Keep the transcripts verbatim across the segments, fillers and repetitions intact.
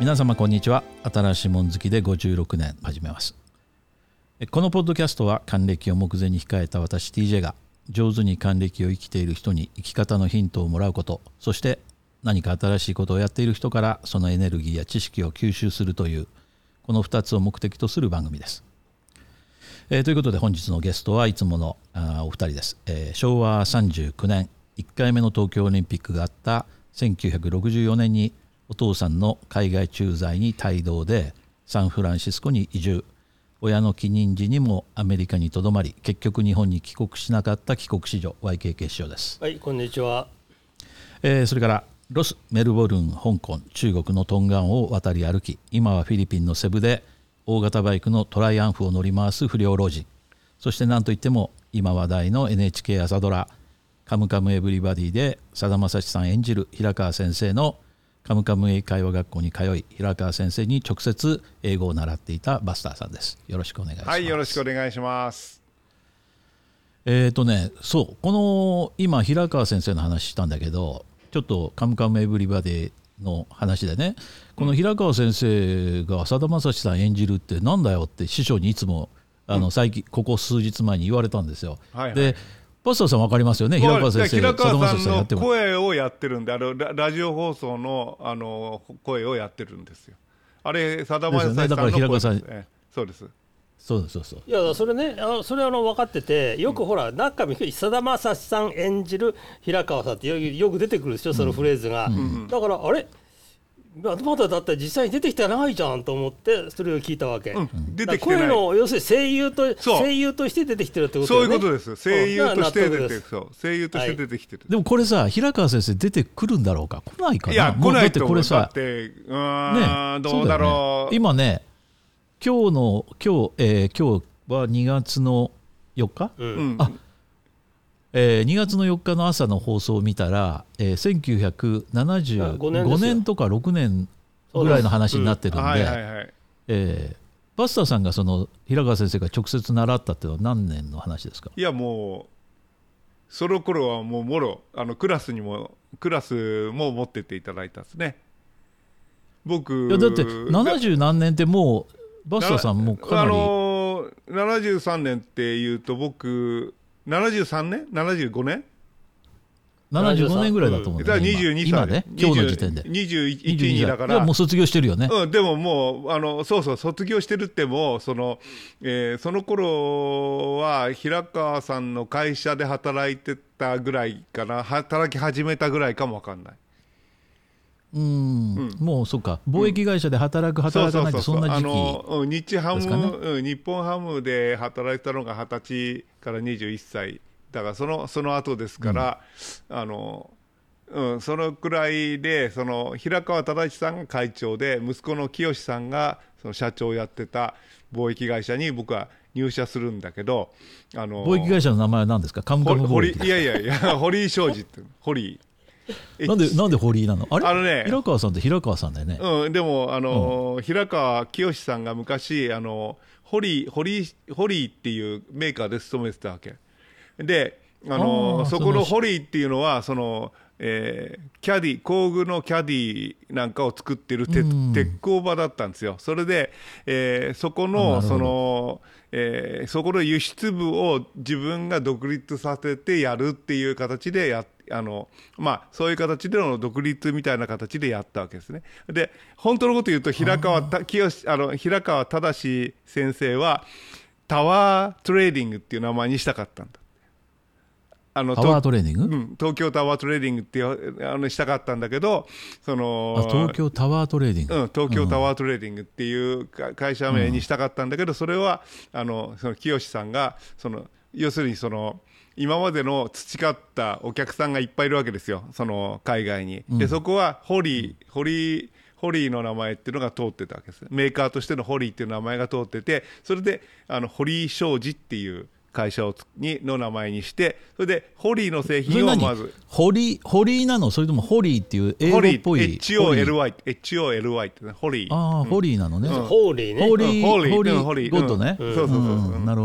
皆様こんにちは。新しいもん好きでごじゅうろくねん始めます。このポッドキャストは還暦を目前に控えた私 ティージェー が上手に還暦を生きている人に生き方のヒントをもらうこと、そして何か新しいことをやっている人からそのエネルギーや知識を吸収するというこのふたつを目的とする番組です。えー、ということで本日のゲストはいつものあお二人です。えー、しょうわさんじゅうきゅうねんいっかいめの東京オリンピックがあったせんきゅうひゃくろくじゅうよねんにお父さんの海外駐在に帯同でサンフランシスコに移住、親の帰任時にもアメリカにとどまり結局日本に帰国しなかった帰国子女 ワイケーケー 師匠です。 はい、こんにちは。 えー、それからロス、メルボルン、香港、中国のトンガンを渡り歩き、今はフィリピンのセブで大型バイクのトライアンフを乗り回す不良老人、そして何といっても今話題の エヌエイチケー 朝ドラカムカムエヴリバディでさだまさしさん演じる平川先生のカムカム英会話学校に通い、平川先生に直接英語を習っていたバスターさんです。よろしくお願いします。 はい、よろしくお願いします。 えーとね、そうこの今平川先生の話したんだけど、ちょっとカムカムエヴリバディの話でね、この平川先生がさだまさしさん演じるってなんだよって師匠にいつもあの最近ここ数日前に言われたんですよ。はいはい、でバスターさん分かりますよね。平川先生、 平川さんの声をやってるんで、あの ラ, ラジオ放送 の, あの声をやってるんですよ。あれさだまさしさんの声です、ね、だから平川さん、えそうですそうですそうそう。 いやそれね、あそれはあの分かってて、よくほら、うん、中身さだまさしさん演じる平川さんってよ, よく出てくるでしょ、そのフレーズが、うんうん、だからあれまだだって実際に出てきてないじゃんと思ってそれを聞いたわけ、うん、出てきてない。声の要するに声優と声優として出てきてるってことだよね。 そういうことです。声優として出てる、そう声優として出てきてる、はい、 でもこれさ、平川先生出てくるんだろうか、来ないかな。 いや来ないと思う。 だってこれさ、 だってうーん、ね、どうだろう、 ね、今ね今日の今日、えー、今日はにがつのよっか、うん、あえー、にがつのよっかの朝の放送を見たら、えー、せんきゅうひゃくななじゅうごねんとかろくねんぐらいの話になってるんで、バスターさんがその平川先生が直接習ったっていうのは何年の話ですか。 いやもうその頃はもうもろあのクラスにもクラスも持ってっていただいたんですね。僕いやだってななじゅう何年ってもうバスターさんもかなり、あのー、ななじゅうさんねんっていうと僕ななじゅうさんねんななじゅうごねんななじゅうごねんぐらいだと思うんだよね、 にじゅうにさい今ね、今日の時点でにじゅういち、にだから、 もう卒業してるよね、 うん、でももうあのそうそう卒業してるってもその、えー、その頃は平川さんの会社で働いてたぐらいかな、働き始めたぐらいかも分かんない。 うん、うん、もうそうか、貿易会社で働く、うん、働かないってそんな時期ですかね。日ハム、うん、日本ハムで働いてたのがはたちからにじゅういっさいだからそのその後ですから、うん、あのうん、そのくらいでその平川忠さんが会長で息子の清さんがその社長をやってた貿易会社に僕は入社するんだけど、 あの貿易会社の名前は何ですか。カムカム貿易。 いやいやいや堀井商事って堀井なんでなんで堀井なの。あれあの、ね、 平川さんって平川さんだよね。 うん、でもあの、うん、平川清さんが昔あの堀井堀井堀井っていうメーカーで勤めてたわけで、あのあそこの堀井っていうのはその、えー、キャディ工具のキャディなんかを作ってる鉄工場だったんですよ。それで、えー、そこのその、えー、そこの輸出部を自分が独立させてやるっていう形でやあのまあそういう形での独立みたいな形でやったわけですね。で本当のこと言うと平川た清あの平川忠先生はタワートレーディングっていう名前にしたかったんだ。 あのタワートレーディング、 うん、東京タワートレーディングってあのしたかったんだけど、そのあ東京タワートレーディング、 うん、東京タワートレーディングっていう会社名にしたかったんだけど、うん、それはあのその清さんがその要するにその今までの培ったお客さんがいっぱいいるわけですよ、その海外に、うん、でそこはホリーホリーホリーの名前っていうのが通ってたわけです。メーカーとしてのホリーっていう名前が通ってて、それであの堀井商事っていう会社をにの名前にして、それでホリーの製品をまずホリーホリーなの、それともホリーっていう英語っぽいエイチオーエルワイ エイチオーエルワイ ってね、ホリー。 ああ、うん、ホリーなのね、うん、 ホリーね、 ホリー、 うん、ホリーホリー、 ホリーゴッドね、 うん、そうそうそう、うん、 なるほど。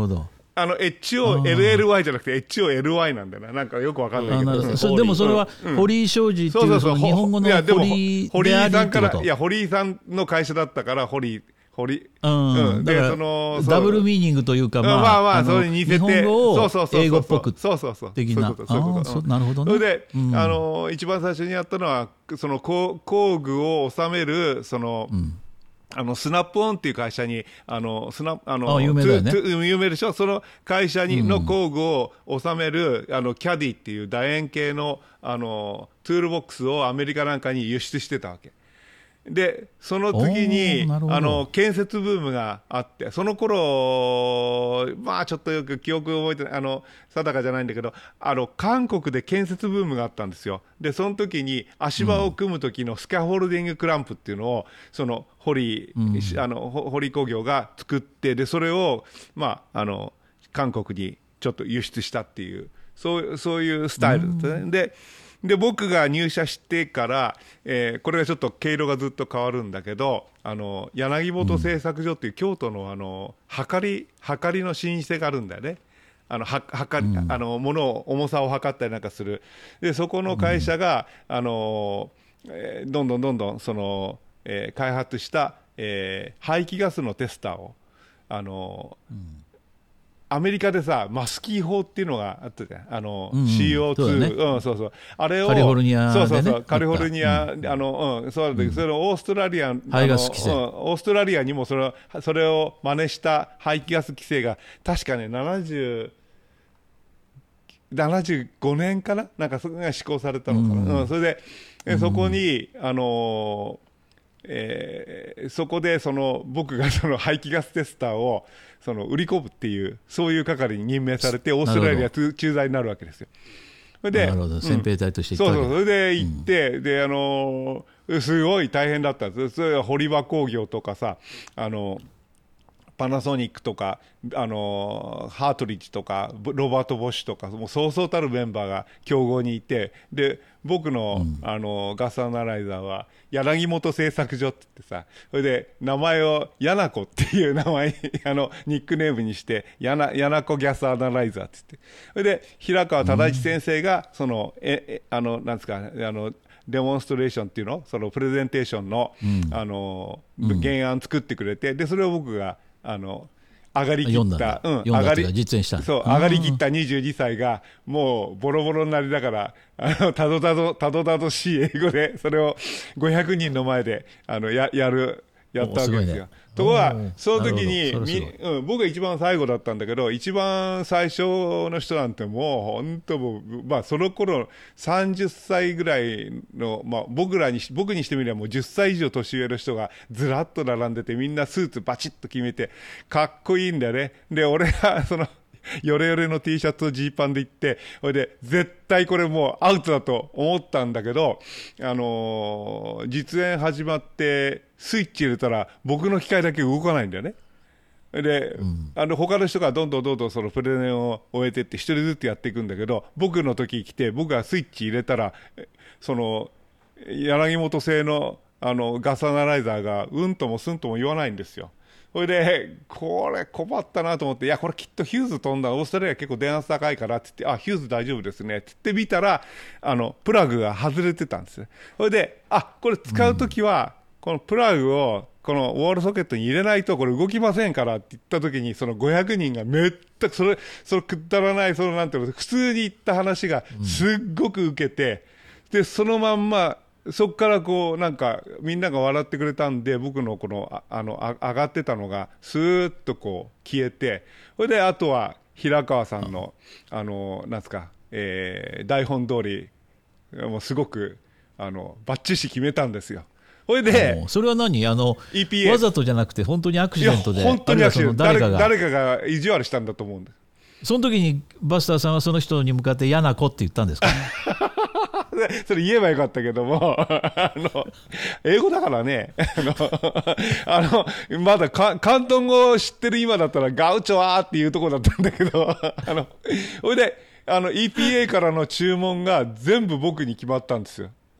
あの エイチオーエルエルワイ じゃなくて エイチオーエルワイ なんだよな。なんかよくわかんないけど、 うん、そでもそれは堀井商事っていうその日本語の堀でありってこと。 いや堀井さんの会社だったから堀井堀、 うんうん、だからそのダブルミーニングというか、まあ、 まあまあそれに似せて日本語を英語っぽくそうそうそう的な。なるほどね。 それで、うん、あの一番最初にやったのはその工具を収めるその、うんあのスナップオンっていう会社にあのスナあのあ有名だよね。 有名でしょ。その会社にの工具を収める、うん、あのキャディっていう楕円形のあのツールボックスをアメリカなんかに輸出してたわけで、その次にあの建設ブームがあって、その頃まあちょっとよく記憶覚えてない、あの定かじゃないんだけど、あの韓国で建設ブームがあったんですよ。でその時に足場を組む時のスキャフォルディングクランプっていうのをその堀、うん、あの堀工業が作って、でそれをまああの韓国にちょっと輸出したっていう、そうそういうスタイルですね。うん、でで僕が入社してから、えー、これがちょっと毛色がずっと変わるんだけど、あの柳本製作所っていう京都のあのはかりはかりの老舗があるんだよね。あのははかり、うん、あの物を重さを測ったりなんかする。でそこの会社が、うん、あのえー、どんどんどんどんその、えー、開発した、えー、排気ガスのテスターをあの、うんアメリカでさマスキー法っていうのがあったじゃん、あの、うんうん、シーオーツー そうだね、うん、そうそう、あれをカリフォルニアで、ね、 そうそうそうカリフォルニア、うん、あの、うん、そうなんだけど、うん、それをオーストラリア、 排ガス規制、 うん、オーストラリアにもそれをそれを真似した排気ガス規制が確かねななじゅう、ななじゅうごねんかな、なんかそれが施行されたのかな、うんうん、それで、うん、そこにあのーえー、そこでその僕がその排気ガステスターをその売り込むっていうそういう係に任命されてオーストラリア駐在になるわけですよ。それでなるほど、先兵隊として行ったわけ、うん、そうそう、それで行って、うん、であのー、すごい大変だったんです。それは堀場工業とかさ、あのーパナソニックとか、あのー、ハートリッジとかロバート・ボッシュとかもうそうそうたるメンバーが競合にいて、で僕の、うん、あのー、ガスアナライザーは柳本製作所って言ってさ、それで名前をヤナコっていう名前にあのニックネームにしてヤナ、ヤナコギャスアナライザーって言って、それで平川忠一先生がその、うん、ええあのなんですかあのデモンストレーションっていうのそのプレゼンテーションの、うん、あの原案作ってくれて、でそれを僕があの上がりきった、うん、上がり実演した、 そう上がりきったにじゅうにさいがもうボロボロになりながらあのたどたどたどたどしい英語でそれをごひゃくにんの前であの や, やるやったわけですよ。ところがその時にみ、うん、僕が一番最後だったんだけど、一番最初の人なんてもう本当もう、まあ、その頃さんじゅっさいぐらいの、まあ、僕らに僕にしてみればもうじゅっさい以上年上の人がずらっと並んでて、みんなスーツバチッと決めてかっこいいんだよね。で俺がそのヨレヨレの T シャツとジーパンで行って、それで絶対これもうアウトだと思ったんだけど、あのー、実演始まってスイッチ入れたら僕の機械だけ動かないんだよね。で、うん、あの他の人がどんどんどんどんそのプレゼンを終えてって一人ずつやっていくんだけど、僕の時来て僕がスイッチ入れたらその柳本製のあのガスアナライザーがうんともすんとも言わないんですよ。それでこれ困ったなと思って、いやこれきっとヒューズ飛んだ、オーストラリア結構電圧高いからって言って、あヒューズ大丈夫ですねって言ってみたら、あのプラグが外れてたんです。それであこれ使うときは、うん、このプラグをこのウォールソケットに入れないとこれ動きませんからって言ったときに、そのごひゃくにんがめったくそれそれくだらないそのなんていうの普通に言った話がすっごく受けて、うん、でそのまんまそこからこうなんかみんなが笑ってくれたんで、僕のこの あ, あのあ上がってたのがスーッとこう消えて、それであとは平川さんのあのなんすか、えー、台本通りもうすごくあのバッチシ決めたんですよ。それでそれは何あのイーピーエーわざとじゃなくて本当にアクシデントで、 本当にアクシデント、誰かが誰かが意地悪したんだと思うんです。 その時にバスターさんはその人に向かって嫌な子って言ったんですか？ それ言えばよかったけどもあの英語だからねあのあのまだか広東語を知ってる今だったらガウチョワーっていうところだったんだけどあのそれであの イーピーエー からの注文が全部僕に決まったんですよ。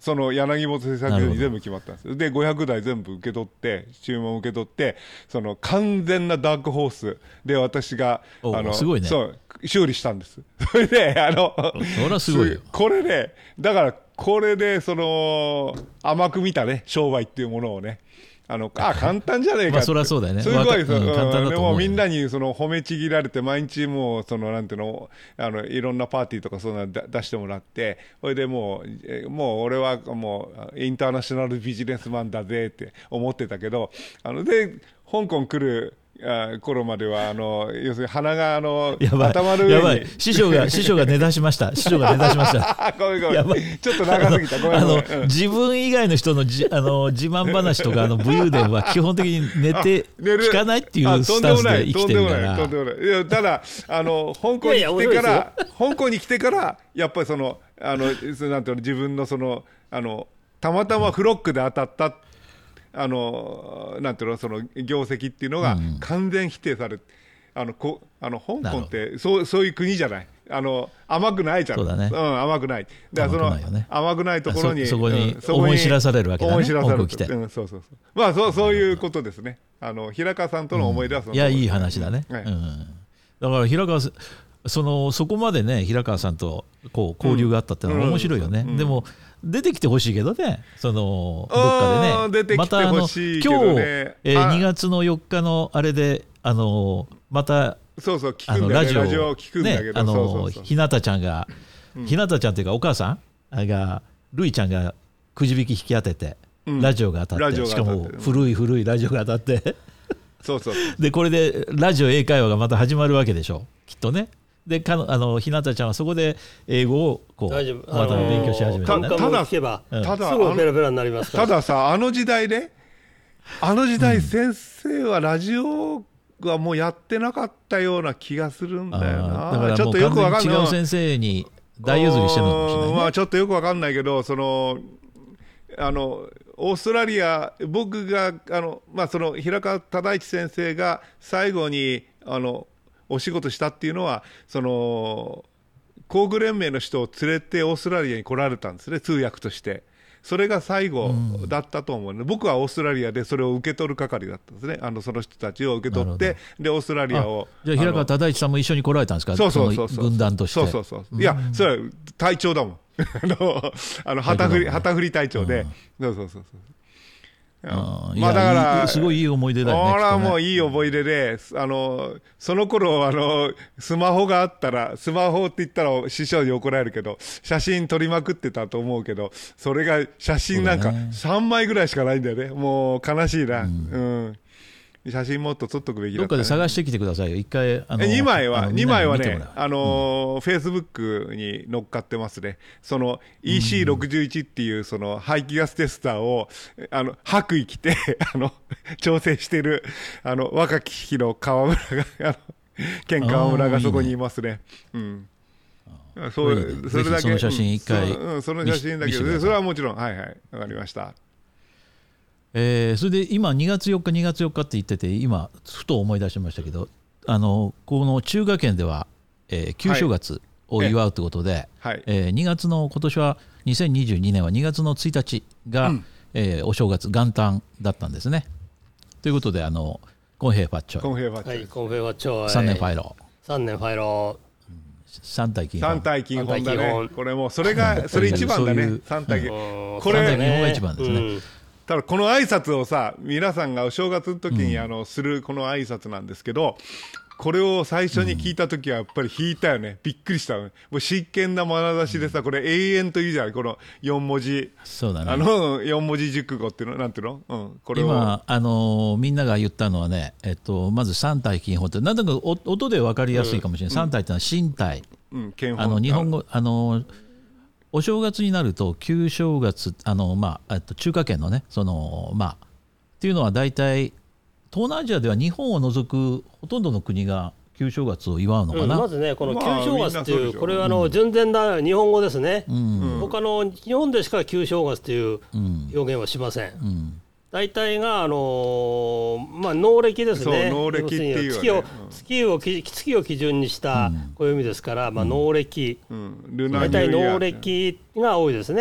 その柳本製作所に全部決まったんですよ。でごひゃくだい全部受け取って注文を受け取ってその完全なダークホースで私があのすごいね、 そう修理したんです。それであのそれはすごいよ。 これねだからこれでその甘く見たね商売っていうものをねあのあ簡単じゃねえかってまあそりゃそうだよね。 すごい、うん、簡単だと思うよね。 でもみんなにその褒めちぎられて毎日もうそのなんていうのあのいろんなパーティーとかそんな出してもらってそれでもうもう俺はもうインターナショナルビジネスマンだぜって思ってたけどあので香港来るあ頃まではあの要するに鼻があのやばい頭の上にやばい師匠が師匠が寝出しました師匠が寝出しましたごめんごめんやばいちょっと長すぎたごめんごめん、 あの、 うん、 自分以外の人のじあの自慢話とかあの武勇伝は基本的に寝て聞かないっていうスタンスで生きてるからとんでもないとんでもないいやただあの香港に来てから香港に来てからやっぱりそのあのなんていうの自分のそのあのたまたまフロックで当たったあのなんていうのその業績っていうのが完全否定されて、うん、あのこあの香港ってそうそういう国じゃないあの甘くないじゃんそうだね、 うん、甘くないだからその甘くないよね、甘くないところにそ, そこに思い知らされるわけだね思い知らされる来て、 うん、そうそうそうまあそうそういうことですねあの平川さんとの思い出はその、 うん、いやいい話だね、 はい、 うん、だから平川さんそのそこまでね平川さんとこう交流があったってのは面白いよね、うんうん、でも出てきてほしいけどねそのどっかでね出てきてほしいけどね、 またあの今日、えー、にがつのよっかのあれであのまたそうそう聞くんだ、ね、ラジオを聞くんだけど、ね、 あのそうそうそうひなたちゃんが、うん、ひなたちゃんっていうかお母さんがるいちゃんがくじ引き引き当てて、うん、ラジオが当たってしかも古い古いラジオが当たってそうそうでこれでラジオ英会話がまた始まるわけでしょきっとねでかのあのひなたちゃんはそこで英語をこうまた勉強し始めたんだ、 ね、ただ聞けば、うん、ただすぐペラペラになりますからたださあの時代ねあの時代先生はラジオはもうやってなかったような気がするんだよな、 だからちょっとよくわかんない違う先生に大譲りしてるのかもしれない、ね、 まあちょっとよくわかんないけどそのあのオーストラリア僕があの、まあ、その平川忠一先生が最後にあのお仕事したっていうのはその工具連盟の人を連れてオーストラリアに来られたんですね通訳としてそれが最後だったと思うので、うん、僕はオーストラリアでそれを受け取る係だったんですねあのその人たちを受け取ってでオーストラリアをじゃあ平川忠一さんも一緒に来られたんですかそうそうそうそう軍団としてそうそうそう、うん、いやそれは隊長だもんあのあの旗振り旗振り隊長で、うん、そうそうそうそうあまあだからすごいいい思い出だよね。 これはもういい思い出で、あのその頃あのスマホがあったらスマホって言ったら師匠に怒られるけど写真撮りまくってたと思うけどそれが写真なんかさんまいぐらいしかないんだよね。もう悲しいな、うんうん写真もっと撮っとくべきだった、ね、 どっかで探してきてくださいよ一回あのにまいはにまいはねあのフェイスブックに乗っかってますねその イーシーろくじゅういち っていうその排気ガステスターをあの白衣着てあの調整してるあの若き日の川村があの県川村がそこにいますねうんそういいね、それだけその写真一回、 うん、その写真だけどそれはもちろんはいはいわかりましたえー、それで今にがつよっかにがつよっかって言ってて今ふと思い出しましたけどあのこの中華圏では、えー、旧正月を祝うということで、はいえー、にがつの今年はにせんにじゅうにねんはにがつのついたちが、うんえー、お正月元旦だったんですねということであのコンヘイファッチョイコンヘイファッチョイ、 はい、コンヘイファッチョイさんねんファイローさんねんファイロー三体金本三体金本だねこれもうそれがそれ一番だね三体金本これ三体金本が一番ですね、うんただこの挨拶をさ皆さんがお正月の時にあのするこの挨拶なんですけど、これを最初に聞いた時はやっぱり引いたよねびっくりしたのもう真剣な眼差しでさこれ永遠と言うじゃんこのよん文字そうだねあのよん文字熟語っていうのなんていうの、うん、これを今あのー、みんなが言ったのはね、えっと、まず三体金本ってなんだか音で分かりやすいかもしれない、うん、三体ってのは身体、 うんうん、 あの日本語あのーお正月になると旧正月あの、まあ、中華圏のねその、まあ、っていうのは大体東南アジアでは日本を除くほとんどの国が旧正月を祝うのかな、 うん、まずねこの旧正月っていう、まあ、これはあの純然な日本語ですね、うん、他の日本でしか旧正月という表現はしません、うんうん大体が、あのーまあ、農暦ですね。 農暦っていう、ね、 月を、うん、月を月を基準にした暦ですから、うんまあ、農暦、うん、大体農暦が多いですね、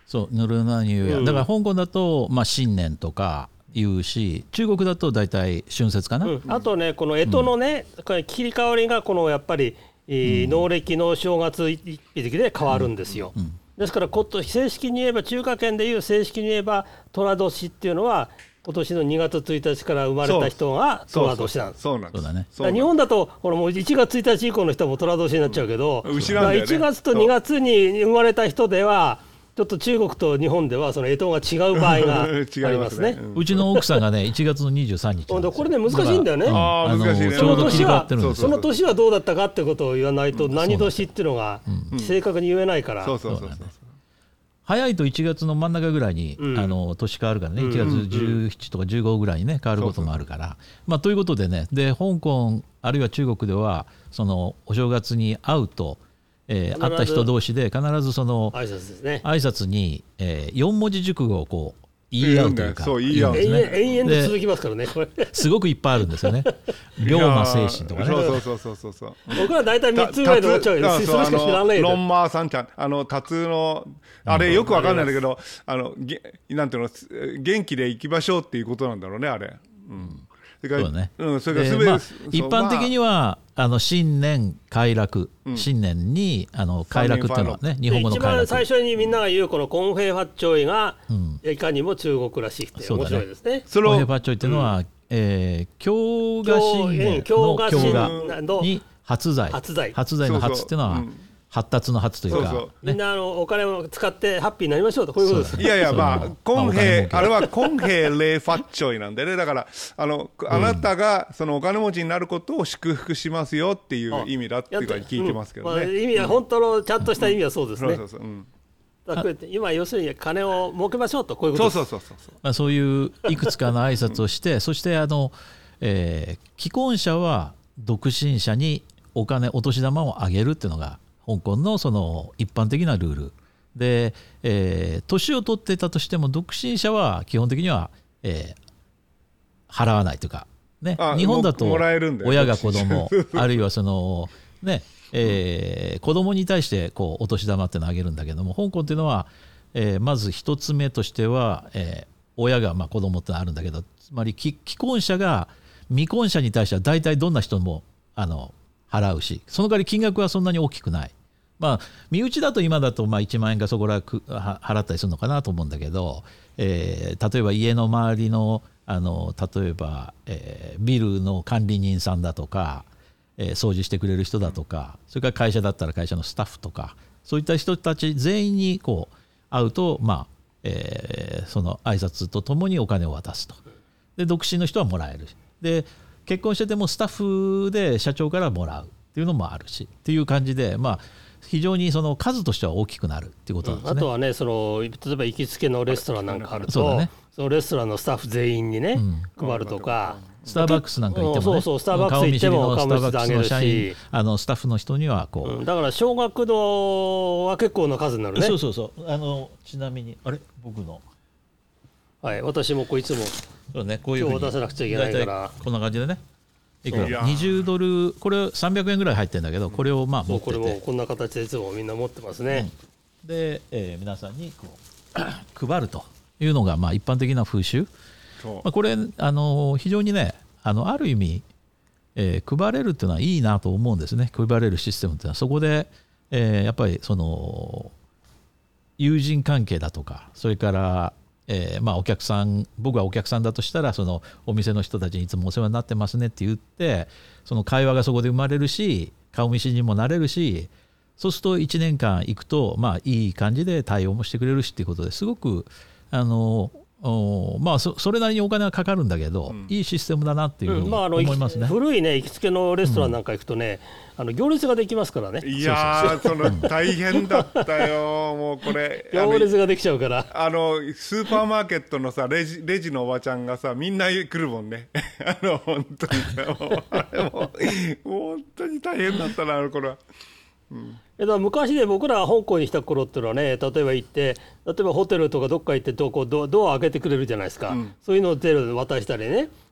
そうヌルナニューイヤー、うん、だから香港だと、まあ、新年とか言うし、中国だと大体春節かな、うん、 あとねこの干支のね、うん、これ切り替わりがこのやっぱり、えーうん、農暦の正月一日で変わるんですよ、うんうん、ですからこと正式に言えば中華圏でいう正式に言えば寅年っていうのは今年のにがつついたちから生まれた人が寅年なんです。 そうなんです。 そうだね。 日本だとこれもういちがつついたち以降の人はもう寅年になっちゃうけど、 うん、だからいちがつとにがつに生まれた人ではちょっと中国と日本ではその干支が違う場合がありますね。 うちの奥さんがねいちがつのにじゅうさんにちなんですよ。 これね難しいんだよね。 うん、あ難しいね。ちょうど切り替わってるんですよ。 その年はどうだったかってことを言わないと、何年っていうのが正確に言えないから。 そうそうそうそう。 早いといちがつの真ん中ぐらいに、うん、あの年変わるからね、いちがつじゅうしちとかじゅうごぐらいにね変わることもあるから。そうそうまあ、ということでね、で香港あるいは中国ではそのお正月に会うと、えー、会った人同士で必ずその挨拶ですね。 挨拶に、えー、よん文字熟語をこう言い合うというか、 そう言い合うんですね。延々と続きますからね。これすごくいっぱいあるんですよね。龍馬精神とかね。 そうそうそうそうそう。 僕は大体みっつぐらいで終わっちゃうよ。それしか知らないよ。 ロンマーさんちゃん、あのタツのあれよくわかんないんだけど、あのなんていうの元気で行きましょうっていうことなんだろうねあれ。うん。 それからそうだね。 うん、それから全て、 まあ、一般的にはあの新年快楽、うん、新年にあの快楽っていうのはね日本語の快楽。 一番最初にみんなが言うこのコンフェファッチョイが、うん、いかにも中国らしいって面白いですね。 コンフェファッチョイっていうのは、うんえー、京賀新年の京賀に発財発財発財の発っていうのは、うん発達の発というか、 そうそう、 ね、 みんなあのお金を使ってハッピーになりましょうとこういうことです。 いやいやまあコンヘあれはコンヘレファッチョイなんでねだからあのあなたがそのお金持ちになることを祝福しますよっていう意味だっていうか聞いてますけどね。 うんまあ、意味は本当のちゃんとした意味はそうですね。 そうそうそう、うんだから今要するに金を儲けましょうとこういうことです。 そうそうそうそう、 まあ、そういういくつかの挨拶をしてそしてあの、えー、既婚者は独身者にお金お年玉をあげるっていうのが香港のその一般的なルールで、えー、年を取ってたとしても独身者は基本的には、えー、払わないというか、ね、日本だと親が子供あるいはその、ねえー、子供に対してこうお年玉ってのをあげるんだけども香港っていうのは、えー、まず一つ目としては、えー、親がまあ子供ってのあるんだけどつまり既婚者が未婚者に対しては大体どんな人もあの払うしその代わり金額はそんなに大きくない。まあ、身内だと今だとまあいちまん円かそこら払ったりするのかなと思うんだけど、えー、例えば家の周り の, あの例えば、えー、ビルの管理人さんだとか、えー、掃除してくれる人だとかそれから会社だったら会社のスタッフとかそういった人たち全員にこう会うと、まあえー、その挨拶とともにお金を渡すと。で独身の人はもらえるで結婚しててもスタッフで社長からもらうっていうのもあるしっていう感じでまあ非常にその数としては大きくなるっていうことなんですね。 あとはねその例えば行きつけのレストランなんかあると そ,、 ね、 そのレストランのスタッフ全員にね、うん、配るとかスターバックスなんか行ってもねそうそうスターバックス行っても顔見知りであげるしあのスタッフの人にはこう、 うん、だから小学堂は結構な数になるね。 そうそうそうあのちなみにあれ僕のはい私もこういつもそう、ね、こういうふうに今日出さなくちゃいけないからこんな感じでねいくらにじゅうドルこれさんびゃくえんぐらい入ってるんだけどこれをまあ持っててこれもこんな形でいつもみんな持ってますね、 うん、で、えー、皆さんにこう配るというのがまあ一般的な風習、まあ、これあの非常にねあのある意味、えー、配れるっていうのはいいなと思うんですね。配れるシステムっていうのはそこで、えー、やっぱりその友人関係だとかそれからえーまあ、お客さん僕はお客さんだとしたらそのお店の人たちにいつもお世話になってますねって言ってその会話がそこで生まれるし顔見知りにもなれるしそうするといちねんかん行くとまあいい感じで対応もしてくれるしっていうことですごくあのまあ そ, それなりにお金はかかるんだけど、うん、いいシステムだなっていうふうに思いますね、うんまあ、 古いね行きつけのレストランなんか行くとね、うん、あの行列ができますからね。 いやーその大変だったよもうこれ行列ができちゃうからあのスーパーマーケットのさレジ、レジのおばちゃんがさみんな来るもんねあの本当にもうあれも本当に大変だったなあの頃は。うんだから昔で僕らが香港に来た頃っていうのはね例えば行って例えばホテルとかどっか行ってどこ ド, ドア開けてくれるじゃないですか、うん、そういうのを手で渡したりね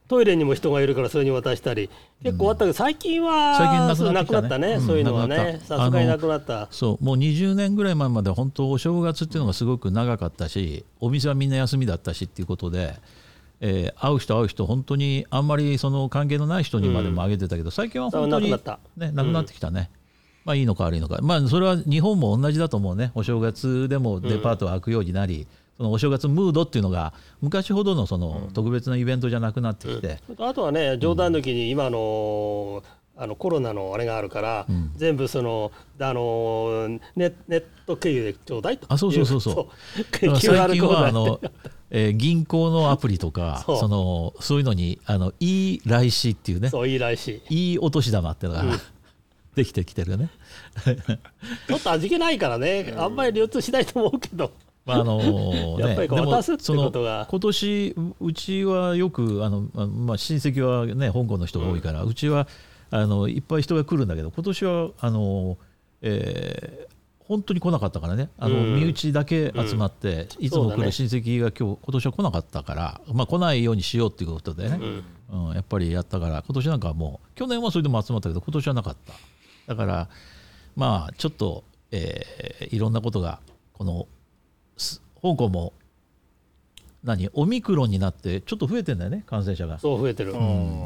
トイレにも人がいるからそれに渡したり結構あったけど、最近は最近なくなってきたねなくなったね、うん、そういうのはね、さすがになくなった。 そうもうにじゅうねんぐらい前まで本当お正月っていうのがすごく長かったし、お店はみんな休みだったしっていうことで、えー、会う人会う人本当にあんまりその関係のない人にまでもあげてたけど、うん、最近は本当に、ね、なくなった、ね、なくなってきたね、うん、まあいいのか悪いのか、まあそれは日本も同じだと思うね。お正月でもデパートが開くようになり、うん、そのお正月ムードっていうのが昔ほどのその特別なイベントじゃなくなってきて、 うん、あとはね冗談抜きに今のあのコロナのあれがあるから、うん、全部そのあの ネ, ネット経由でちょうだいという。 あそうそうそうそう最近はあの、えー、銀行のアプリとかそう、そのそういうのにあのいい来紙っていうね、 そういい来紙いいお年玉っていうのが、うん、できてきてるよねちょっと味気ないからね、あんまり流通しないと思うけど、 まああのーね、 やっぱり渡すってことが今年うちはよくあの、まあ、親戚はね香港の人が多いから、うん、うちはあのいっぱい人が来るんだけど、今年はあの、えー、本当に来なかったからね、あの、うん、身内だけ集まって、うん、いつも来る親戚が今日今年は来なかったから、まあ、来ないようにしようっていうことでね、うんうん、やっぱりやったから、今年なんかはもう去年はそれでも集まったけど今年はなかった。だからまあちょっと、えー、いろんなことがこの香港も何オミクロンになってちょっと増えてんだよね、感染者が。 そう増えてる、うん、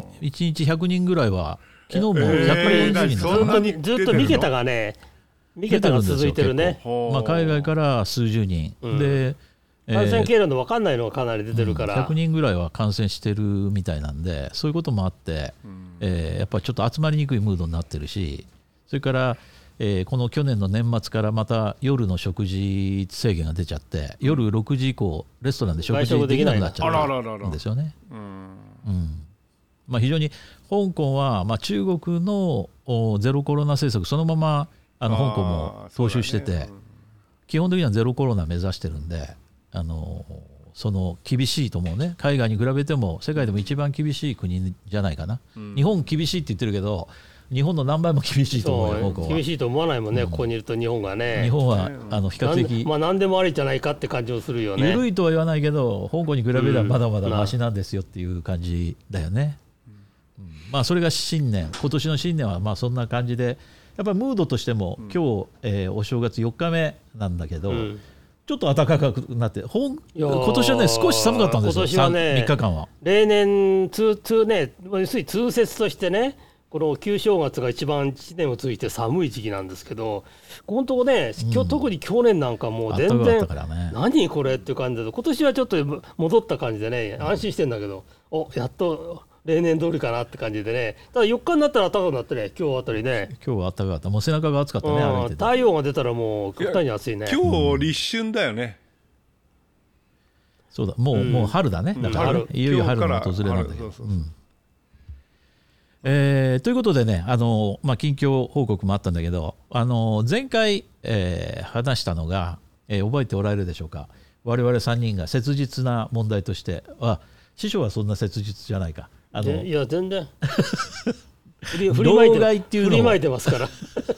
いちにちひゃくにんぐらいは昨日もひゃくよんじゅうにんだったかな、 ずっと三桁がね三桁が続いてるね。 まあ、海外から数十人、うん、で感染経路の分かんないのがかなり出てるから、 うん、ひゃくにんぐらいは感染してるみたいなんで、そういうこともあって、うん、えー、やっぱりちょっと集まりにくいムードになってるし、それから、えー、この去年の年末からまた夜の食事制限が出ちゃって、夜ろくじ以降レストランで食事できなくなっちゃったんですよね。まあ、非常に香港は、まあ、中国のゼロコロナ政策そのままあの香港も踏襲してて、ね、うん、基本的にはゼロコロナ目指してるんで、あのその厳しいと思うね。海外に比べても世界でも一番厳しい国じゃないかな、うん、日本厳しいって言ってるけど日本の何倍も厳しいと思うよ。香港は厳しいと思わないもんね、うん、ここにいると日本がね。 日本はあの比較的まあ何でもありじゃないかって感じをするよね。 緩いとは言わないけど香港に比べればまだまだマシなんですよっていう感じだよね、うんうん、まあそれが新年、今年の新年はまあそんな感じで、やっぱりムードとしても今日、えー、お正月よっかめなんだけど、うん、ちょっと暖かくなって今年はね少し寒かったんですよ。今年はねみっかかんは例年通通ね要するに通説としてね、この旧正月が一番いちねんを通じて寒い時期なんですけど、本当ね、今日特に去年なんかもう全然、ね、何これっていう感じで、今年はちょっと戻った感じでね安心してんだけど、おやっと例年通りかなって感じでね。ただよっかになったら暖かくなってね、今日あたりね。 今日は暖かかった。もう背中が暑かったね、歩いてて。 太陽が出たらもう極端に暑いね。 今日立春だよね、 うん、そうだ、もう、うん、もう春だね。だから、ね、いよいよ春の訪れなんだけど。えー、ということでね、あの、まあ、近況報告もあったんだけど、あの前回、えー、話したのが、えー、覚えておられるでしょうか。我々さんにんが切実な問題として、あ、師匠はそんな切実じゃないか。 あのいや全然振りまいて振りまいてますから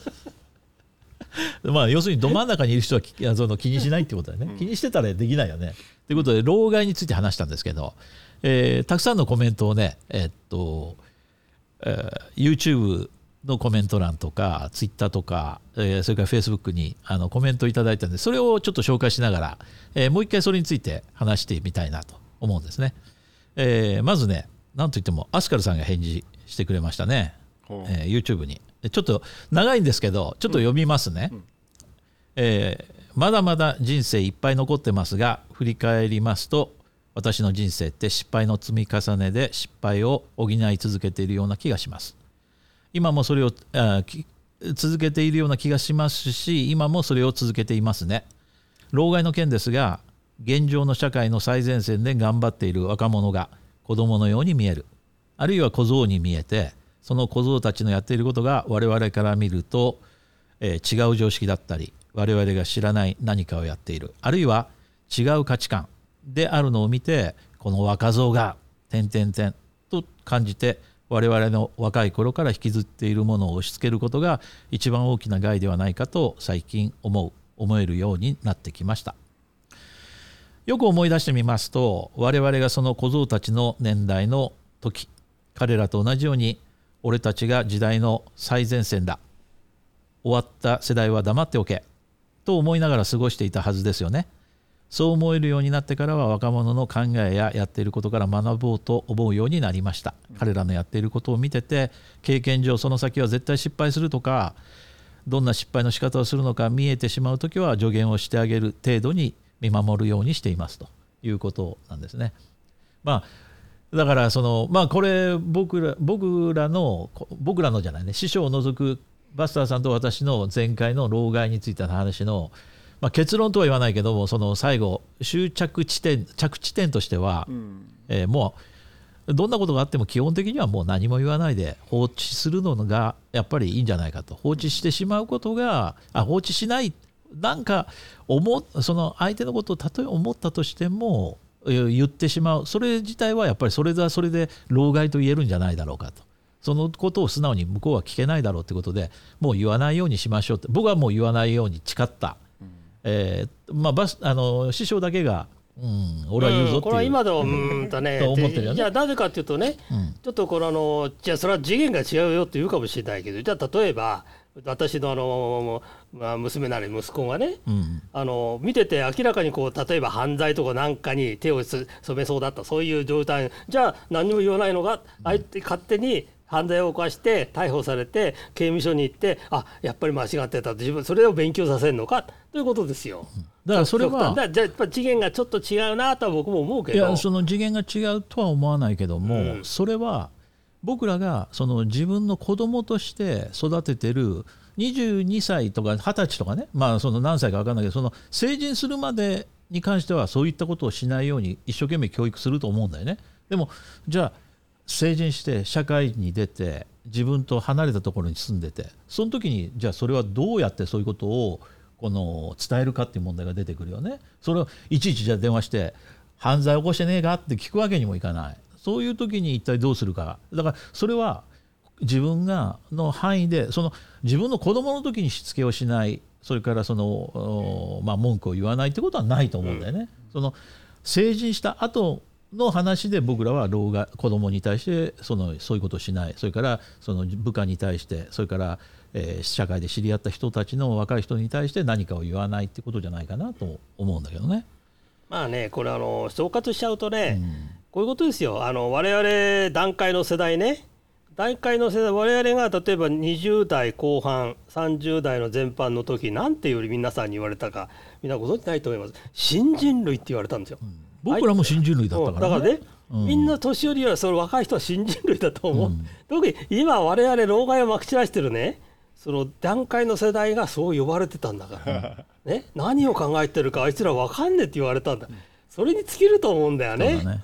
まあ要するにど真ん中にいる人はその気にしないってことだよね、うん、気にしてたらできないよね。ということで老害について話したんですけど、えー、たくさんのコメントをね、えーっとえー、YouTube のコメント欄とか Twitter とか、えー、それから Facebook にあのコメントいただいたので、それをちょっと紹介しながら、えー、もう一回それについて話してみたいなと思うんですね。えー、まずね、なんといってもアスカルさんが返事してくれましたね、えー、YouTube に。ちょっと長いんですけどちょっと読みますね、うんうん、えー、まだまだ人生いっぱい残ってますが、振り返りますと私の人生って失敗の積み重ねで失敗を補い続けているような気がします。今もそれをあ続けているような気がしますし、今もそれを続けていますね。老害の件ですが、現状の社会の最前線で頑張っている若者が子供のように見える、あるいは小僧に見えて、その小僧たちのやっていることが我々から見ると、えー、違う常識だったり、我々が知らない何かをやっている、あるいは違う価値観であるのを見て、この若造が点々点と感じて、我々の若い頃から引きずっているものを押し付けることが一番大きな害ではないかと最近思う思えるようになってきました。よく思い出してみますと、我々がその小僧たちの年代の時、彼らと同じように俺たちが時代の最前線だ、終わった世代は黙っておけと思いながら過ごしていたはずですよね。そう思えるようになってからは若者の考えややっていることから学ぼうと思うようになりました。彼らのやっていることを見てて、経験上その先は絶対失敗するとか、どんな失敗の仕方をするのか見えてしまうときは助言をしてあげる程度に見守るようにしていますということなんですね。まあだからそのまあこれ僕ら僕らの僕らのじゃないね師匠を除くバスターさんと私の前回の老害についての話の、まあ、結論とは言わないけども、その最後終着地点着地点としては、うんえー、もうどんなことがあっても基本的にはもう何も言わないで放置するのがやっぱりいいんじゃないかと。放置してしまうことがあ放置しないなんか思その相手のことをたとえ思ったとしても言ってしまう、それ自体はやっぱりそれはそれで老害と言えるんじゃないだろうかと。そのことを素直に向こうは聞けないだろうということで、もう言わないようにしましょうって、僕はもう言わないように誓った、うんえーまあ、バスあの師匠だけが、うん、俺は言うぞっていう、うん、 これは今でもうんとねと思ってるよね。 じゃあなぜかというとね、うん、ちょっとこのあのじゃあそれは次元が違うよって言うかもしれないけど、じゃあ例えば私のあの、まあ、娘なり息子がね、うん、あの見てて明らかにこう例えば犯罪とかなんかに手を染めそうだったそういう状態、じゃあ何も言わないのが相手勝手に犯罪を犯して逮捕されて刑務所に行って、あやっぱり間違ってたと自分それを勉強させるのかということですよ。 だからそれはだじゃあやっぱ次元がちょっと違うなとは僕も思うけど、 いやその次元が違うとは思わないけども、うん、それは僕らがその自分の子供として育ててるにじゅうにさいとかはたちとかね、まあその何歳か分かんないけど、その成人するまでに関してはそういったことをしないように一生懸命教育すると思うんだよね。でもじゃあ成人して社会に出て自分と離れたところに住んでて、その時にじゃあそれはどうやってそういうことをこの伝えるかっていう問題が出てくるよね。それをいちいちじゃあ電話して犯罪起こしてねえかって聞くわけにもいかない。そういう時に一体どうするか。だからそれは自分がの範囲で、その自分の子供の時にしつけをしない、それからその、まあ、文句を言わないってことはないと思うんだよね、うん、その成人した後の話で僕らは老害子供に対してそのそういうことをしない、それからその部下に対して、それから、えー、社会で知り合った人たちの若い人に対して何かを言わないってことじゃないかなと思うんだけどね。 まあねこれあの総括しちゃうとね、うん、こういうことですよ。あの我々団塊の世代ね、団塊の世代、我々が例えばにじゅう代後半さんじゅう代の前半の時なんていうより皆さんに言われたかみんなご存じないと思います。新人類って言われたんですよ、うん、 僕らも新人類だったからね。 だからね、うん、みんな年寄りはその若い人は新人類だと思う、うん、特に今我々老害をまき散らしてるねその団塊の世代がそう呼ばれてたんだから、ね、何を考えてるかあいつら分かんねえって言われたんだ。それに尽きると思うんだよね。 そうだね、 うん、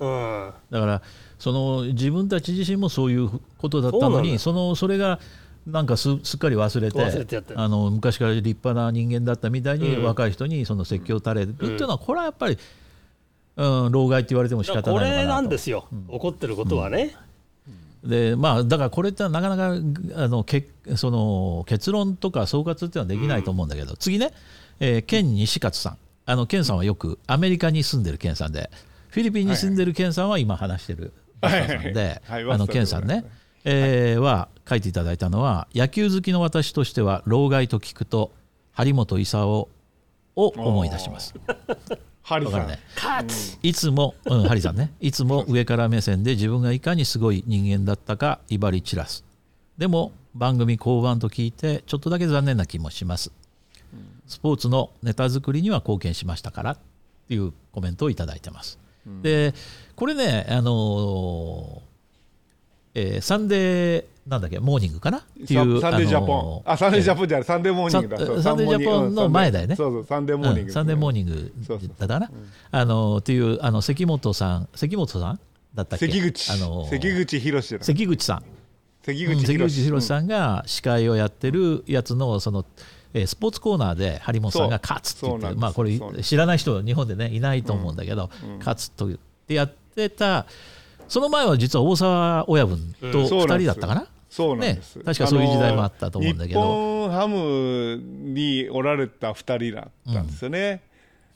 だからその自分たち自身もそういうことだったのに、そのそれがなんか す, すっかり忘れて忘れてやってあの昔から立派な人間だったみたいに、うん、若い人にその説教垂れるっていうのは、これはやっぱり、うん、老害って言われても仕方ないのかなと。 これなんですよ、うん、起こってることはね、 うん、でまあ、だからこれってなかなかあのけその結論とか総括っていうのはできないと思うんだけど、うん、次ね、えー、ケン西勝さん、あのケンさんはよくアメリカに住んでるケンさんで、フィリピンに住んでるケンさんは今話してるバスターさんで、あのケンさんね、えー、は書いていただいたのは、野球好きの私としては老害と聞くと張本勲を思い出します。 ハリさん、 ね、いつも、うん、ハリさんね、いつも上から目線で自分がいかにすごい人間だったか威張り散らす。でも番組降板と聞いてちょっとだけ残念な気もします。スポーツのネタ作りには貢献しましたからっていうコメントをいただいてます。でこれね、あのーえー、サンデーなんだっけモーニングかなっていうサンデージャポン、あサンデージャポンじゃない、サンデーモーニングだ、 サンデージャポンの前だよね、 そうそうサンデーモーニング、 うん、サンデーモーニングだったかな、あのー、っていうあの関本さん関本さんだったっけ、 関口、あのー、関口博じゃない、 関口さん関口博さんが司会をやってるやつのそのスポーツコーナーで張本さんが勝つって言って、まあこれ知らない人日本でねいないと思うんだけど、うんうん、勝つと言ってやってた、その前は実は大沢親分とふたりだったかな、 そうなんです、 ね、確かそういう時代もあったと思うんだけど、 日本ハムにおられたふたりだったんですよね、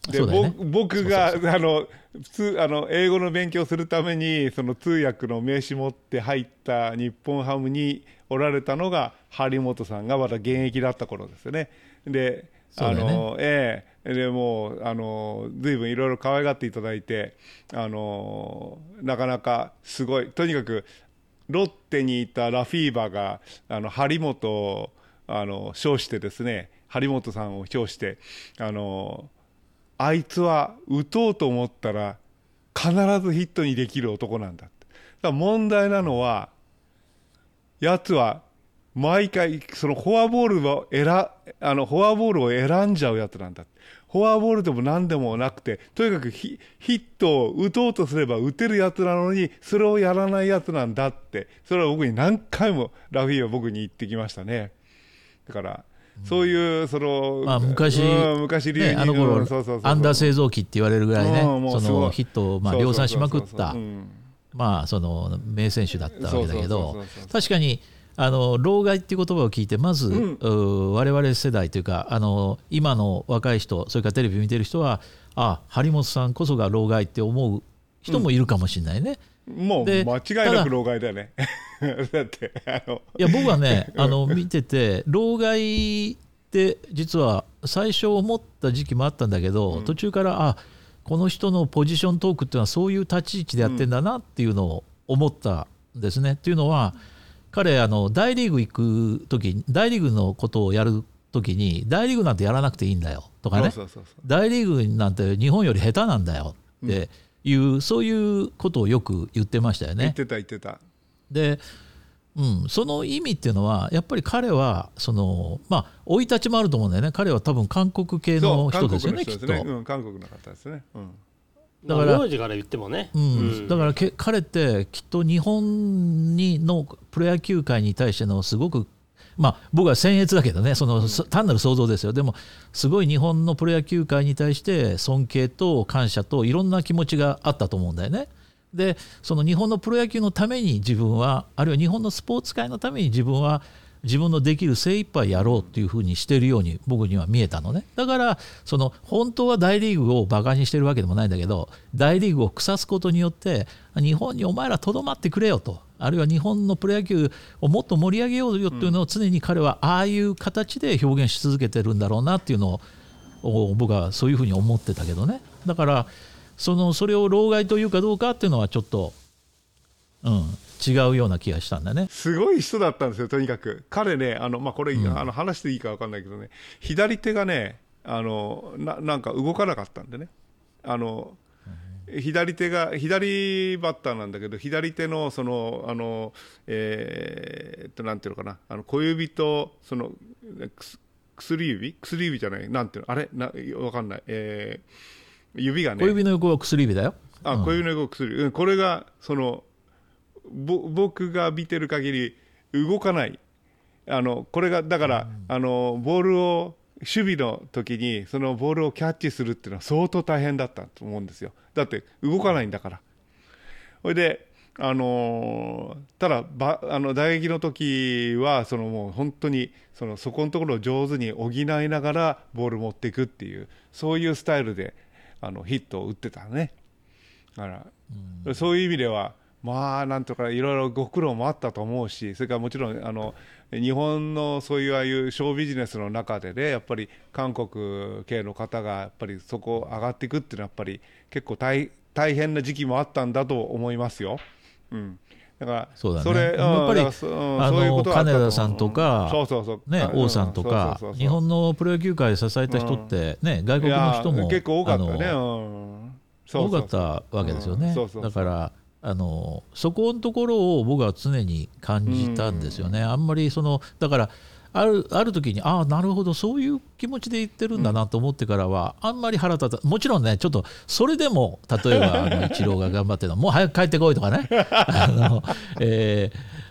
で、ね、僕がそうそうそうあの普通あの英語の勉強するためにその通訳の名刺持って入った日本ハムにおられたのが張本さんがまだ現役だった頃ですよね。で、あの、ええ、でもうあの随分いろいろ可愛がっていただいて、あのなかなかすごい、とにかくロッテにいたラフィーバがあの張本をあの称してですね、張本さんを称してあのあいつは打とうと思ったら必ずヒットにできる男なんだ。だから問題なのはやつは毎回そのフォアボールを選あのフォアボールを選んじゃうやつなんだ。フォアボールでも何でもなくて、とにかく ヒ, ヒットを打とうとすれば打てるやつなのにそれをやらないやつなんだって、それは僕に何回もラフィーは僕に言ってきましたね。だからそういうその、 まあ、昔、 うん、昔ね、あの頃、うん、そうそうそうそうアンダー製造機って言われるぐらいね、うん、そのヒットをまあ量産しまくったまあその名選手だったわけだけど、確かにあの老害っていう言葉を聞いてまず、うん、我々世代というかあの今の若い人、それからテレビ見てる人は、あ、張本さんこそが老害って思う人もいるかもしれないね、 うん、もう間違いなく老害だよねだってあのいや僕はねあの見てて老害って実は最初思った時期もあったんだけど、うん、途中からあこの人のポジショントークっていうのはそういう立ち位置でやってんだなっていうのを思ったんですね、うん、っていうのは彼あの大リーグ行く時、大リーグのことをやる時に大リーグなんてやらなくていいんだよとかね、そうそうそうそう、大リーグなんて日本より下手なんだよっていう、うん、そういうことをよく言ってましたよね。 言ってた言ってた。 で、うん、その意味っていうのはやっぱり彼はそのまあ生い立ちもあると思うんだよね。彼は多分韓国系の人ですよね、きっと、 うん、韓国の方ですね、うん、 だから名字から言ってもね、 うんうん、だからけ彼ってきっと日本にのプロ野球界に対してのすごく、まあ僕は僭越だけどね、その、うん、単なる想像ですよ。でもすごい日本のプロ野球界に対して尊敬と感謝といろんな気持ちがあったと思うんだよね。でその日本のプロ野球のために自分は、あるいは日本のスポーツ界のために自分は自分のできる精一杯やろうっていうふうにしているように僕には見えたのね。だからその本当は大リーグをバカにしてるわけでもないんだけど、大リーグを腐すことによって日本にお前らとどまってくれよと、あるいは日本のプロ野球をもっと盛り上げようよっていうのを常に彼はああいう形で表現し続けてるんだろうなっていうのを僕はそういうふうに思ってたけどね。だからそのそれを老害というかどうかっていうのはちょっと、うん、違うような気がしたんだね。 すごい人だったんですよ、とにかく彼ね、あの、まあ、これ、うん、あの話していいか分かんないけどね、左手がねあの な, なんか動かなかったんでね、あの、うん、左手が左バッターなんだけど、左手のそのあの、えー、っとなんていうのかな、あの小指とその薬指薬指じゃない、なんていうのあれな分かんない、えー指がね、 小指の横は薬指だよ。 あ、うん、小指の横薬指、うん、これがそのぼ僕が見てる限り動かない。あのこれがだから、うん、あのボールを守備の時にそのボールをキャッチするっていうのは相当大変だったと思うんですよ。だって動かないんだから。それであのただばあの打撃の時はそのもう本当にそのそこのところを上手に補いながらボールを持っていくっていう、そういうスタイルであのヒットを打ってたね。だから、うん、そういう意味ではまあなんとかいろいろご苦労もあったと思うし、それからもちろんあの日本のそういうああいうショービジネスの中でね、やっぱり韓国系の方がやっぱりそこ上がっていくっていうのはやっぱり結構 大, 大変な時期もあったんだと思いますよ。うん、だからそうだね、それ、うん、やっぱり、うん、あの金田さんとか、うん、そうそうそうね、王さんとか、日本のプロ野球界で支えた人ってね、うん、外国の人も結構多かったね、うん、 多かったわけですよね。だからあのそこのところを僕は常に感じたんですよね。あんまりそのだからあるある時にああなるほどそういう気持ちで言ってるんだなと思ってからはあんまり腹立た、もちろんねちょっとそれでも例えばあのイチローが頑張ってるのもう早く帰ってこいとかねあの、えー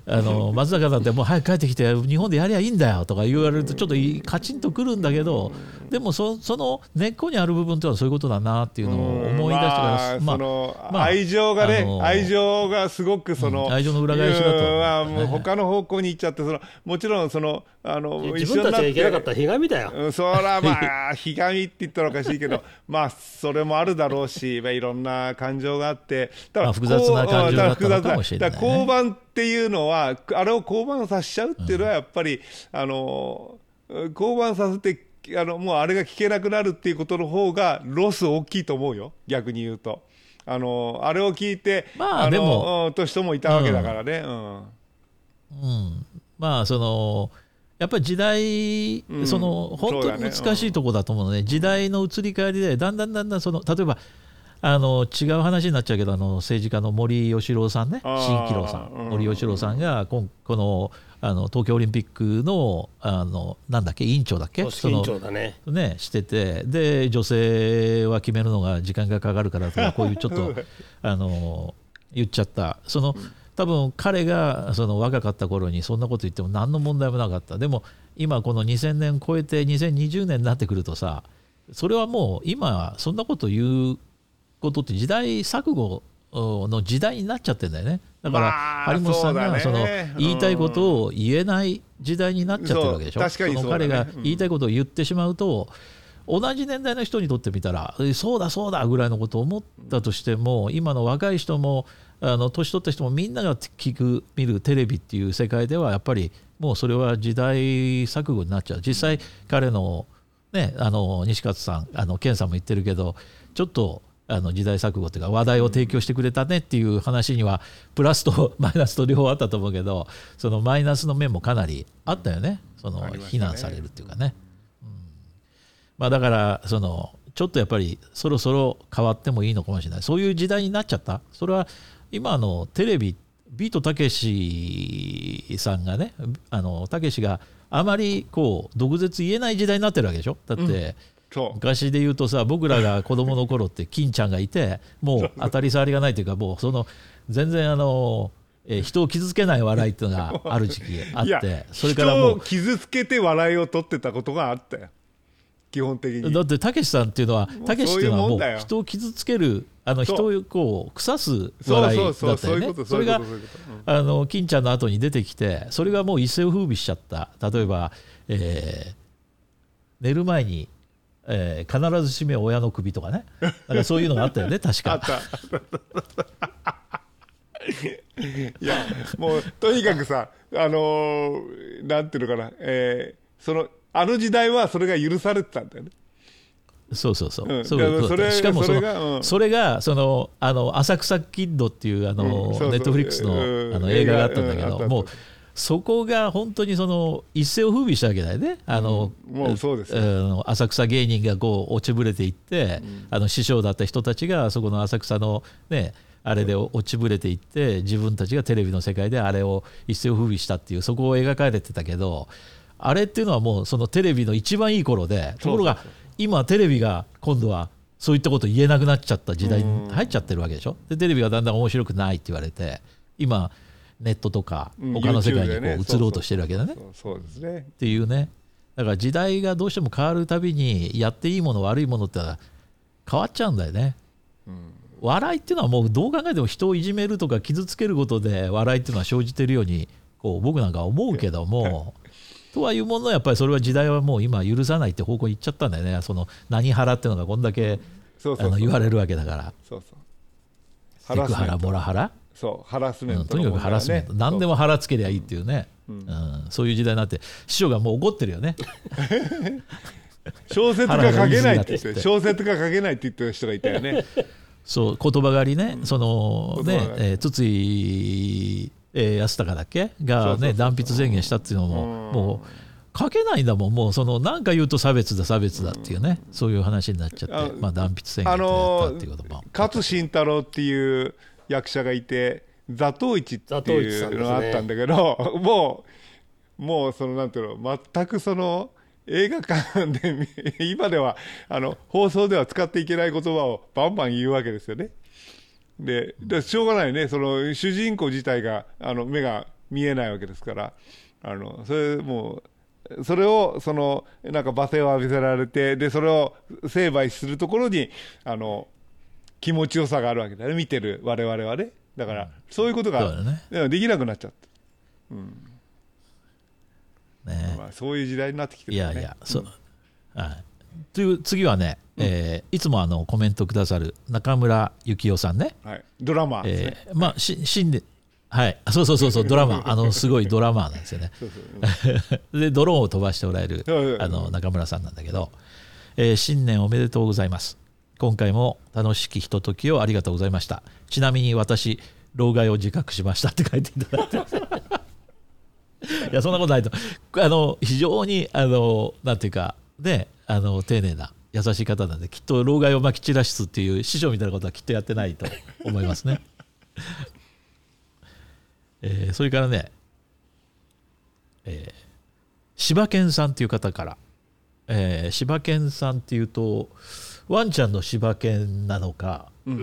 あの松坂さんってもう早く帰ってきて日本でやりゃいいんだよとか言われるとちょっとカチンとくるんだけど、でも そ, その根っこにある部分というのはそういうことだなっていうのを思い出してから、 まあ、その、まあ、愛情がね、愛情がすごくその、 うん、愛情の裏返しだと、ね、 まあ、もう他の方向に行っちゃって、そのもちろんそのあの自分たちがいけなかったらひがみだよ、 うん、そらまあひがみって言ったらおかしいけどまあそれもあるだろうし、まあ、いろんな感情があって、だから、まあ、 複雑な感情だったのかもしれない、ね、 だから交番っていうのはあれを交番させちゃうっていうのはやっぱり、うん、あの交番させてあのもうあれが聞けなくなるっていうことの方がロス大きいと思うよ、逆に言うと。あのあれを聞いて、 まあでも、 うん、と人もいたわけだからね、うんうんうん、まあそのやっぱり時代、うん、その本当に難しいところだと思うので、ね、うん、時代の移り変わりでだんだんだんだんその例えばあの違う話になっちゃうけど、あの政治家の森喜朗さんね、新喜朗さん、うん、森喜朗さんがここのあの東京オリンピックのあのなんだっけ委員長だっけ、 委員長だね、 そのねしてて、で女性は決めるのが時間がかかるからとかこういうちょっとあの言っちゃった。その多分彼がその若かった頃にそんなこと言っても何の問題もなかった。でも今このにせんねん超えてにせんにじゅうねんになってくるとさ、それはもう今そんなこと言うことって時代錯誤の時代になっちゃってんだよね。だから張本さんがその言いたいことを言えない時代になっちゃってるわけでしょ。 確かにそうだね。 その彼が言いたいことを言ってしまうと、同じ年代の人にとってみたらそうだそうだぐらいのことを思ったとしても、今の若い人もあの年取った人もみんなが聞く見るテレビっていう世界ではやっぱりもうそれは時代錯誤になっちゃう。実際彼のね、あの西勝さん、あの健さんも言ってるけど、ちょっとあの時代錯誤というか話題を提供してくれたねっていう話にはプラスとマイナスと両方あったと思うけど、そのマイナスの面もかなりあったよね。その非難されるっていうかね、うん、まあだからそのちょっとやっぱりそろそろ変わってもいいのかもしれない。そういう時代になっちゃった。それは今のテレビ、ビートたけしさんがね、あのたけしがあまりこう毒舌言えない時代になってるわけでしょ。だって、うん昔で言うとさ、僕らが子供の頃って金ちゃんがいて、もう当たり障りがないというか、もうその全然あの、えー、人を傷つけない笑いっていうのがある時期あって、それからもう人を傷つけて笑いを取ってたことがあったよ、基本的に。 だってたけしさんっていうのは、たけしっていうのはもう人を傷つける、あの人をこう腐す笑いだったよね。それがあの金ちゃんの後に出てきて、それがもう一世を風靡しちゃった。例えば、えー、寝る前にえー、必ず締め親の首とかね、だからそういうのがあったよね確か。 あったいやもうとにかくさ、あのー、なんていうのかな、えー、そのあの時代はそれが許されてたんだよね。 そうそうそう、うん、そういうことだった。しかもそのそれが、うん、それがそのあの浅草キッドっていうあの、うん、そうそうネットフリックス の,、うん、あの映画があったんだけど、うん、もうそこが本当にその一世を風靡したわけだよね。あの、 うん、もうそうですよ。 あの浅草芸人がこう落ちぶれていって、うん、あの師匠だった人たちがそこの浅草のねあれで落ちぶれていって、自分たちがテレビの世界であれを一世を風靡したっていう、そこを描かれてたけど、あれっていうのはもうそのテレビの一番いい頃で、ところが今テレビが今度はそういったこと言えなくなっちゃった時代に入っちゃってるわけでしょ。でテレビがだんだん面白くないって言われて、今ネットとか他の世界にこう移ろうとしてるわけだね。 そうですね。 っていうね。だから時代がどうしても変わるたびにやっていいもの悪いものってのは変わっちゃうんだよね。うん、笑いっていうのはもうどう考えても人をいじめるとか傷つけることで笑いっていうのは生じてるようにこう僕なんか思うけどもとはいうものやっぱりそれは時代はもう今許さないって方向に行っちゃったんだよね。その何ハラっていうのがこんだけあの言われるわけだから。 そうそう。 セクハラモラハラ。 そうハラスメント、 うん、とにかくハラスメント、何でも腹つけりゃいいっていうね、うんうん、そういう時代になって師匠がもう怒ってるよね小説が書けないって言って小説が書けないって言ってる人がいたよねそう言葉狩りね、うん、そのね、えー、筒井、えー、康隆だっけがね断筆宣言したっていうのも、うん、もう書けないんだもん。もうその何か言うと差別だ差別だっていうね、うん、そういう話になっちゃって、あ、まあ、断筆宣言をやったっていうことも、 勝新太郎っていう役者がいて座頭市っていうのがあったんだけど、ね、もうもうそのなんていうの全くその映画館で今ではあの放送では使っていけない言葉をバンバン言うわけですよね。で、でしょうがないね。その主人公自体があの目が見えないわけですから、あのそれもうそれをそのなんか罵声を浴びせられて、でそれを成敗するところにあの気持ちよさがあるわけだね、見てる我々はね。だからそういうことができなくなっちゃった、うんね、まあ、そういう時代になってきてるよね。 いやいや、そう、うん、はい、という次はね、うん、えー、いつもあのコメントくださる中村幸雄さんね、 はい、ドラマーですね、 えー、まあし新年、はい、そうそうそうそう、ドラマあのすごいドラマーなんですよね。そうそう、うん、でドローンを飛ばしておられるあの中村さんなんだけど、えー、新年おめでとうございます。今回も楽しきひとときをありがとうございました。ちなみに私老害を自覚しましたって書いていただいていやそんなことないと、あの非常にあのなんていうかね、あの丁寧な優しい方なんで、きっと老害をまき散らすっていう師匠みたいなことはきっとやってないと思いますね、えー、それからね、えー、柴犬さんっていう方から、えー、柴犬さんっていうとワンちゃんの柴犬なのか、うん、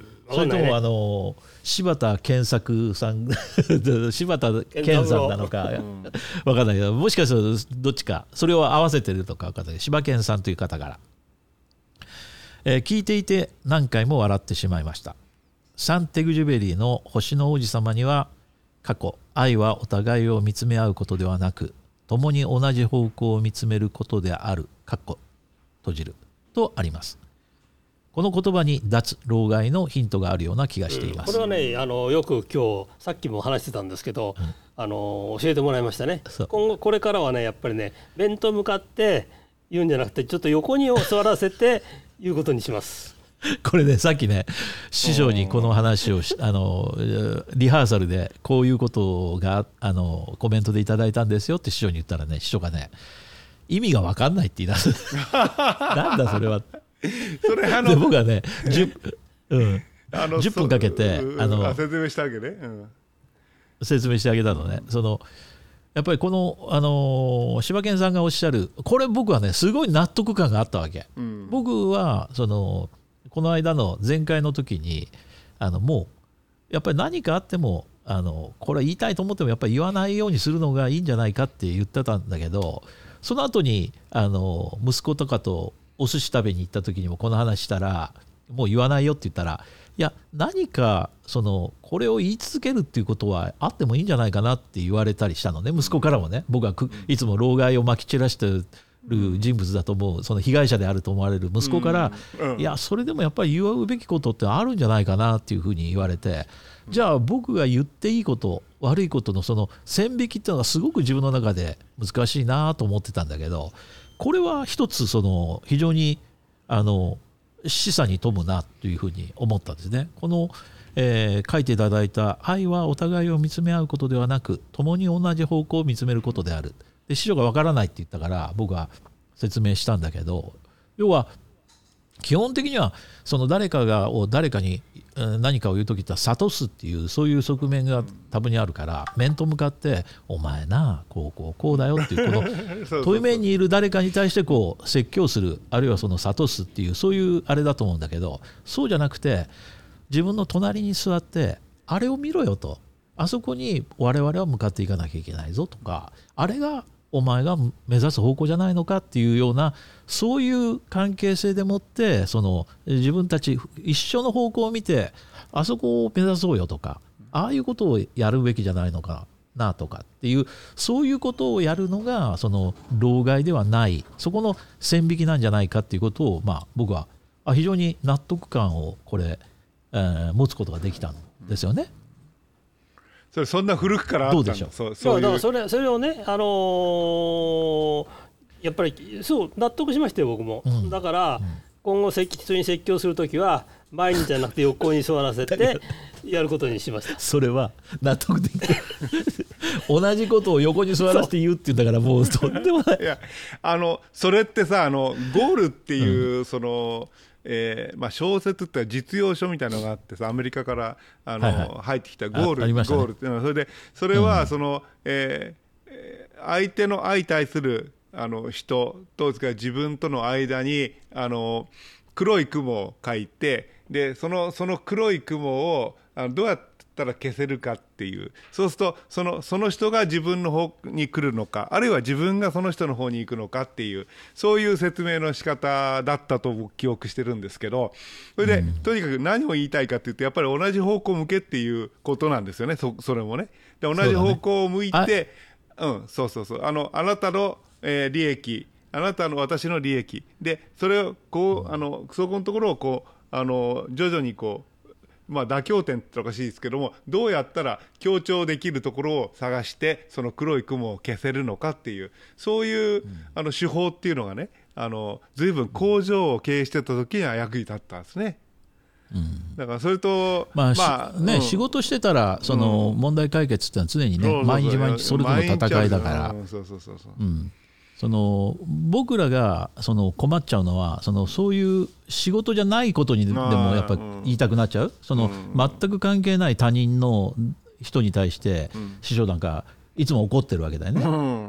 それともあの柴田健作さん柴田健さんなのか分かんないけど、もしかするとどっちかそれを合わせてるとか分かんないけど、柴健さんという方から、えー、聞いていて何回も笑ってしまいました。サンテグジュベリーの星の王子様には過去愛はお互いを見つめ合うことではなく共に同じ方向を見つめることである過去閉じるとあります。この言葉に脱老害のヒントがあるような気がしています、 うん、これはね、あのよく今日さっきも話してたんですけど、うん、あの教えてもらいましたね。今後これからはね、やっぱりね、面と向かって言うんじゃなくてちょっと横に座らせて言うことにしますこれね、さっきね師匠にこの話をあのリハーサルでこういうことがあのコメントでいただいたんですよって師匠に言ったらね、師匠がね、意味が分かんないって言い出すなんだそれはそれあので僕はね 10,、うん、あのじゅっぷんかけてあの説明したわけね、うん、 説明してあげたのね。そのやっぱりこの、あの柴犬さんがおっしゃるこれ、僕はねすごい納得感があったわけ、うん、僕はそのこの間の前回の時にあのもうやっぱり何かあってもあのこれ言いたいと思ってもやっぱり言わないようにするのがいいんじゃないかって言ってたんだけど、その後にあの息子とかとお寿司食べに行った時にもこの話したら、もう言わないよって言ったら、いや何かそのこれを言い続けるっていうことはあってもいいんじゃないかなって言われたりしたのね、息子からもね。僕はいつも老害をまき散らしてる人物だと思う、その被害者であると思われる息子から、いやそれでもやっぱり言うべきことってあるんじゃないかなっていうふうに言われて、じゃあ僕が言っていいこと悪いことのその線引きっていうのがすごく自分の中で難しいなと思ってたんだけど、これは一つその非常にあの示唆に富むなというふうに思ったんですね。この、えー、書いていただいた愛はお互いを見つめ合うことではなく共に同じ方向を見つめることである。で師匠がわからないって言ったから僕は説明したんだけど、要は基本的にはその誰かがを誰かに何かを言うときって諭すっていうそういう側面が多分にあるから、面と向かってお前なこうこうこうだよっていうこの遠い面にいる誰かに対してこう説教する、あるいはその諭すっていうそういうあれだと思うんだけど、そうじゃなくて自分の隣に座ってあれを見ろよと、あそこに我々は向かっていかなきゃいけないぞとか、あれがお前が目指す方向じゃないのかっていうようなそういう関係性でもってその自分たち一緒の方向を見てあそこを目指そうよとか、ああいうことをやるべきじゃないのかなとかっていうそういうことをやるのがその老害ではない、そこの線引きなんじゃないかっていうことを、まあ僕は非常に納得感をこれ、えー、持つことができたんですよね。 それそんな古くからあったんだ。 どうでしょう。そうそういうだからそれそれをね、あのー、やっぱりそう納得しましたよ僕も、うん、だから、うん、今後人に説教するときは前にじゃなくて横に座らせてやることにしましたそれは納得できる同じことを横に座らせて言うって言うんだからもうとんでもない。いやあのそれってさ、あのゴールっていう、うん、そのえーまあ、小説って実用書みたいなのがあってさ、アメリカからあの、はいはい、入ってきたゴール、ね、ゴールっていうのはそれで、それはその、うんえー、相手の相対するあの人と自分との間にあの黒い雲を描いて、でそのその黒い雲をあのどうやってったら消せるかっていう、そうするとその、その人が自分の方に来るのか、あるいは自分がその人の方に行くのかっていう、そういう説明の仕方だったと僕記憶してるんですけど、それで、うん、とにかく何を言いたいかっていうと、やっぱり同じ方向向けっていうことなんですよね。 そ, それもねで同じ方向を向いて、う、ね、うん、そうそうそう、あのあなたの、えー、利益、あなたの私の利益で、それをこう、あのそこのところをこうあの徐々にこう、まあ、妥協点っておかしいですけども、どうやったら強調できるところを探してその黒い雲を消せるのかっていう、そういう、うん、あの手法っていうのがね、あの随分工場を経営してた時には役に立ったんですね。うん、だからそれと、 まあまあね、うん、仕事してたらその問題解決ってのは常にね、うん、毎日毎日それとの戦いだから、その僕らがその困っちゃうのは、そのそういう仕事じゃないことにでもやっぱ言いたくなっちゃう、その全く関係ない他人の人に対して師匠なんかいつも怒ってるわけだよね、うん、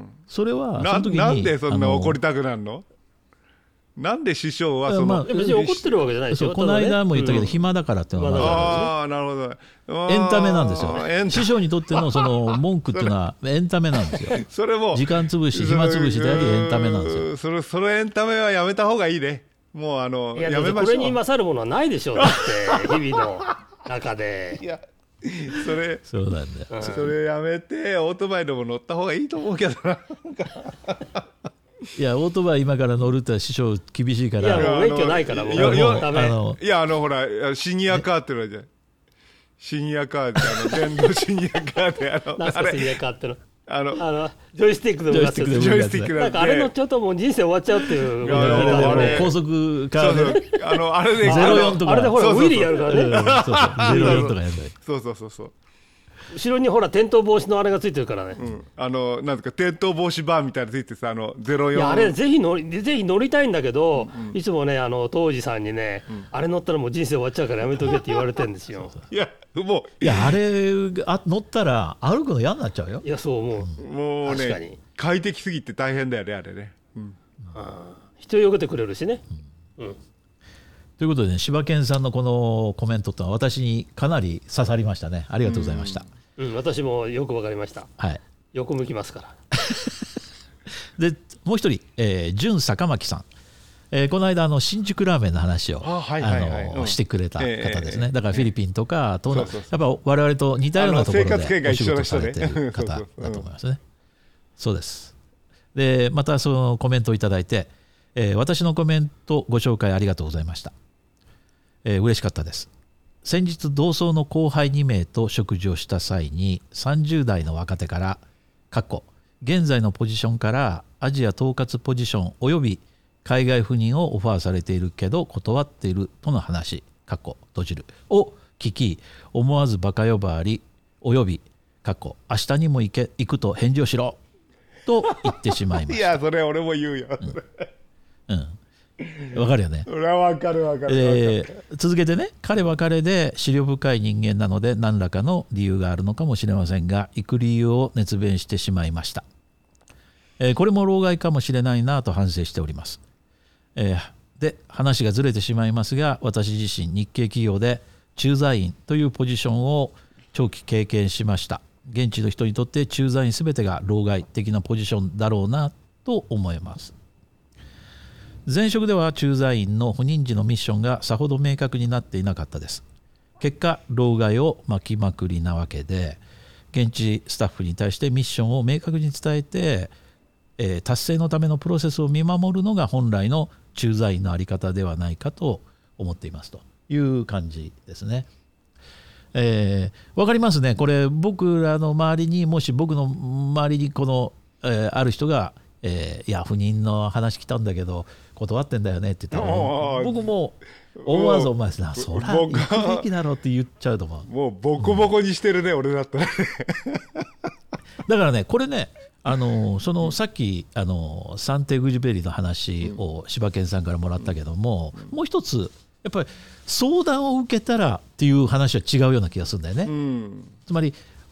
それはその時にな, なんでそんな怒りたくなるの？なんで師匠はその、まあ、 別に怒ってるわけじゃないですよ。 この間も言ったけど、うん、暇だからっていうのは、 ああ、なるほど、エンタメなんですよ。師匠にとってのその文句っていうのはエンタメなんですよ。 それも時間つぶし、暇つぶしでありエンタメなんですよ。 それ、そのエンタメはやめた方がいいね。もうあのやめましょう。 これに勝るものはないでしょう。だって日々の中で。いやそれそうなんだよ、 うん、それやめてオートバイでも乗った方がいいと思うけどな。 いやオートバイ今から乗るって師匠厳しいから。 いやもう免許ないからもうもうダメ。あのいやあのほらシニアカーってのはじゃシニアカーってあの電動シニアカーであの何すかシニアカーってのあのあのジョイスティックで動かすやつ。 ジョイスティックなんかあれのちょっともう人生終わっちゃうっていう。 あの高速カーで、ね、 あのあれでゼロよんとかあれでほらウィリーやるからね。 ゼロよんとかやるんだよ。 そうそうそうそう。 後ろにほら転倒防止のあれがついてるからね、 うん、あのなんか転倒防止バーみたいなのついてさ、あのゼロよん、 いやあれぜひ乗りぜひ乗りたいんだけど、うんうん、いつもねあの当時さんにね、うん、あれ乗ったらもう人生終わっちゃうからやめとけって言われてるんですよ。 いやもういやあれあ乗ったら歩くの嫌になっちゃうよ。 いやそうもう、 うん、もうね確かに快適すぎて大変だよねあれね、うん、 あ人よけてくれるしね、うんうん、 ということでね、柴犬さんのこのコメントとは私にかなり刺さりましたね。ありがとうございました。 うんうん、私もよくわかりました、 はい、 横向きますからでもう一人、えー、純坂巻さん、えー、この間あの新宿ラーメンの話をしてくれた方ですね、だからフィリピンとか東南、やっぱ我々と似たようなところでお仕事されている方だと思いますね。そうです。でまたそのコメントをいただいて、えー、私のコメントご紹介ありがとうございました、えー、嬉しかったです。先日同窓の後輩に名と食事をした際にさんじゅう代の若手からかっこ現在のポジションからアジア統括ポジションおよび海外赴任をオファーされているけど断っているとの話かっこ閉じるを聞き、思わずバカ呼ばわりおよびかっこ明日にも行け行くと返事をしろと言ってしまいました。 いやそれ俺も言うよ、 うん、うんわかるよね。 それはわかるわかる、 えー、続けてね、彼は彼で思慮深い人間なので何らかの理由があるのかもしれませんが、行く理由を熱弁してしまいました、えー、これも老害かもしれないなと反省しております、えー、で話がずれてしまいますが、私自身日系企業で駐在員というポジションを長期経験しました。現地の人にとって駐在員すべてが老害的なポジションだろうなと思います。前職では駐在員の赴任時のミッションがさほど明確になっていなかったです。結果老害を巻きまくりなわけで、現地スタッフに対してミッションを明確に伝えて、えー、達成のためのプロセスを見守るのが本来の駐在員の在り方ではないかと思っていますという感じですね。えー、分かりますね。これ僕らの周りにもし僕の周りにこの、えー、ある人が、えー、いや赴任の話来たんだけど断ってんだよねって言ったら、僕も思わずお前さそりゃ行くべきだろうって言っちゃうと思う。 もうボコボコにしてるね、うん、俺だったらだからねこれね、あのそのさっきあのサンテグジュベリの話を柴犬さんからもらったけども、うん、もう一つやっぱり相談を受けたらっていう話は違うような気がするんだよね、うん、つまり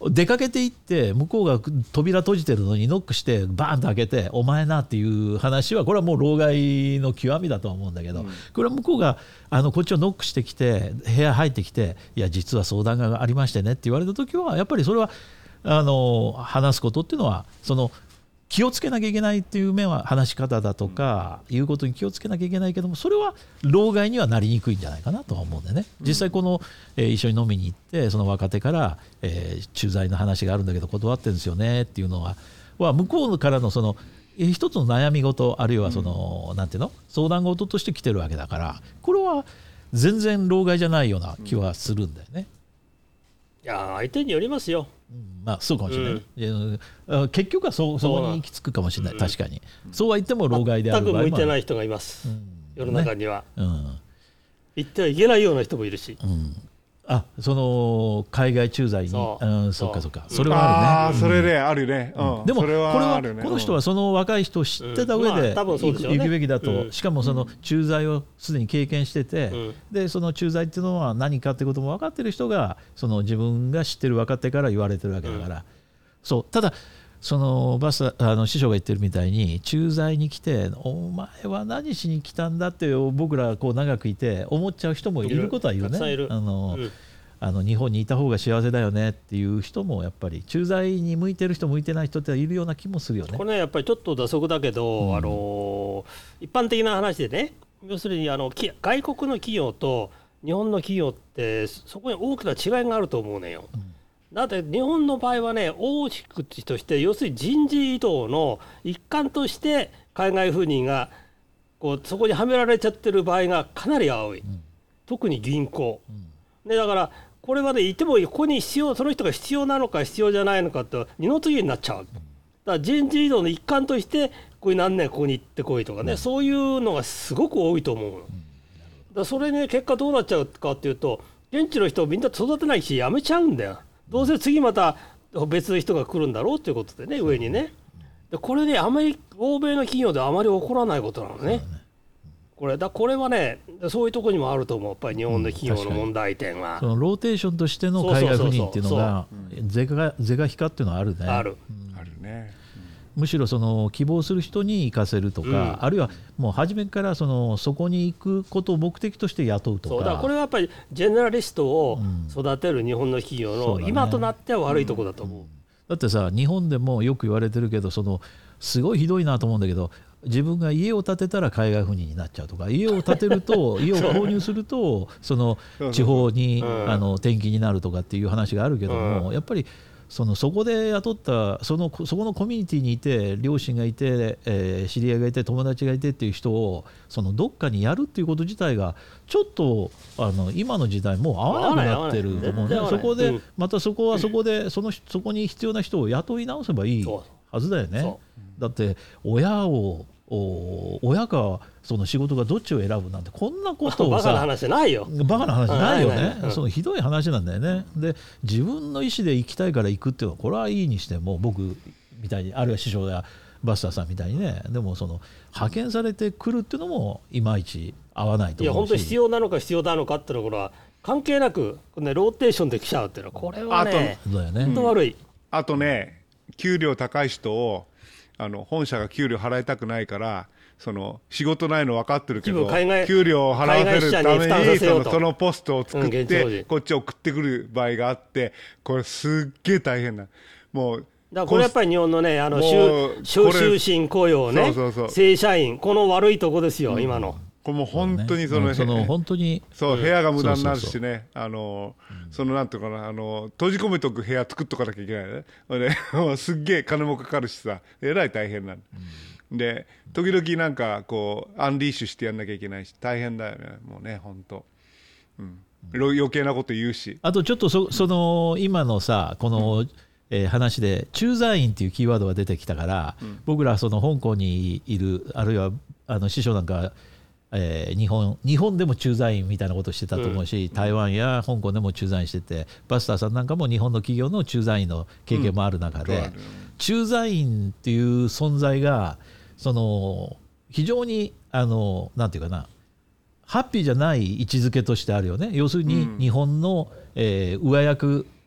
出かけていって向こうが扉閉じてるのにノックしてバーンと開けてお前なっていう話はこれはもう老害の極みだとは思うんだけど、うん、これは向こうがあのこっちをノックしてきて部屋入ってきていや実は相談がありましてねって言われた時はやっぱりそれはあの話すことっていうのはその気をつけなきゃいけないっていう面は話し方だとかいうことに気をつけなきゃいけないけどもそれは老害にはなりにくいんじゃないかなとは思うんでね。実際この、えー、一緒に飲みに行ってその若手から、えー、駐在の話があるんだけど断ってるんですよねっていうのはは向こうからのその一つの悩み事あるいはその、うん、なんていうの相談事として来てるわけだからこれは全然老害じゃないような気はするんだよね。 いや相手によりますよ。 うん、まあそうかもしれない、うん、結局はそこに行き着くかもしれない、うん、確かに、うん、そうは言っても老害である場合もある。全く向いてない人がいます、うん、世の中には、 ねうん、 言ってはいけないような人もいるし、 うん、あその海外駐在にそう、 うん、そうかそうかそれはあるね。 あそれねあるね、うん、 でもこれはね、 この人はその若い人を知ってた上で行くべきだと、 うん、 しかもその駐在をすでに経験してて、うん、でその駐在っていうのは何かってことも分かってる人がその自分が知ってる若手から言われてるわけだから、うん、そうただそのバスあの師匠が言ってるみたいに駐在に来てお前は何しに来たんだって僕らこう長くいて思っちゃう人もいることはいるね。 いるあの、 うんあの日本にいた方が幸せだよねっていう人もやっぱり駐在に向いてる人向いてない人っているような気もするよね。 これねやっぱりちょっと打足だけど、うん、あの一般的な話でね要するにあの外国の企業と日本の企業ってそこに大きな違いがあると思うのよ、うん、だって日本の場合はね大きくとして要するに人事異動の一環として海外赴任がこうそこにはめられちゃってる場合がかなり多い、うん、特に銀行、うん、でだからこれはねいてもここに必要その人が必要なのか必要じゃないのかって二の次になっちゃう。だから人事異動の一環としてここに何年ここに行ってこいとかね、うん、そういうのがすごく多いと思うの。だからそれね結果どうなっちゃうかっていうと現地の人をみんな育てないし辞めちゃうんだよ。どうせ次また別の人が来るんだろうということでね上にね。でこれねアメリカ欧米の企業ではあまり起こらないことなのね。これだこれはねそういうところにもあると思う。やっぱり日本の企業の問題点は、 うん、そのローテーションとしての海外赴任っていうのが是が是が非かっていうのはあるね。 ある、 うん、あるね、 うん、むしろその希望する人に行かせるとか、うん、あるいはもう初めからそのそこに行くことを目的として雇うとか。 そうだからこれはやっぱりジェネラリストを育てる日本の企業の今となっては悪いところだと思う、うんうん、 だってさ日本でもよく言われてるけどそのすごいひどいなと思うんだけど自分が家を建てたら海外赴任になっちゃうとか家を建てると家を購入するとその地方にあの転勤になるとかっていう話があるけどもやっぱりそのそこで雇ったそのそこのコミュニティにいて両親がいて、えー、知り合いがいて友達がいてっていう人をそのどっかにやるっていうこと自体がちょっとあの今の時代もう合わなくなってると思うね。そこでまたそこはそこでそのそこに必要な人を雇い直せばいいはずだよね。だって親を親かその仕事がどっちを選ぶなんてこんなことをさバカな話ないよバカな話ないよね、うん、そのひどい話なんだよね。で自分の意思で行きたいから行くっていうのはこれはいいにしても僕みたいにあるいは師匠やバスターさんみたいにねでもその派遣されてくるっていうのもいまいち合わないと思うしいや本当に必要なのか必要なのかっていうところは関係なく、ね、ローテーションで来ちゃうっていうのはこれはね本当悪い、うん、 あとね給料高い人をあの本社が給料払いたくないからその仕事ないの分かってるけど給料を払わせるためにその、そのポストを作って、うん、こっち送ってくる場合があってこれすっげえ大変なもうだからこれやっぱり日本のねあの終終身雇用ねそうそうそう正社員この悪いとこですよ、うん、今のこれもう本当にその、ね、 その本当にそう部屋が無駄になるしねあのそのなんていうかなあの閉じ込めとく部屋作っとかなきゃいけないねですっげえ金もかかるしさえらい大変なの、うん、で時々なんかこうアンリーシュしてやんなきゃいけないし大変だよねもうね本当、うん、余計なこと言うしあとちょっと そ, その今のさこの、うんえー、話で駐在員っていうキーワードが出てきたから、うん、僕らその香港にいるあるいはあの師匠なんかえー、日本日本でも駐在員みたいなことをしてたと思うし、うん、台湾や香港でも駐在員しててバスターさんなんかも日本の企業の駐在員の経験もある中で、うん、駐在員っていう存在がその非常にあのなんていうかなハッピーじゃない位置づけとしてあるよね。要するに日本の、えー、上役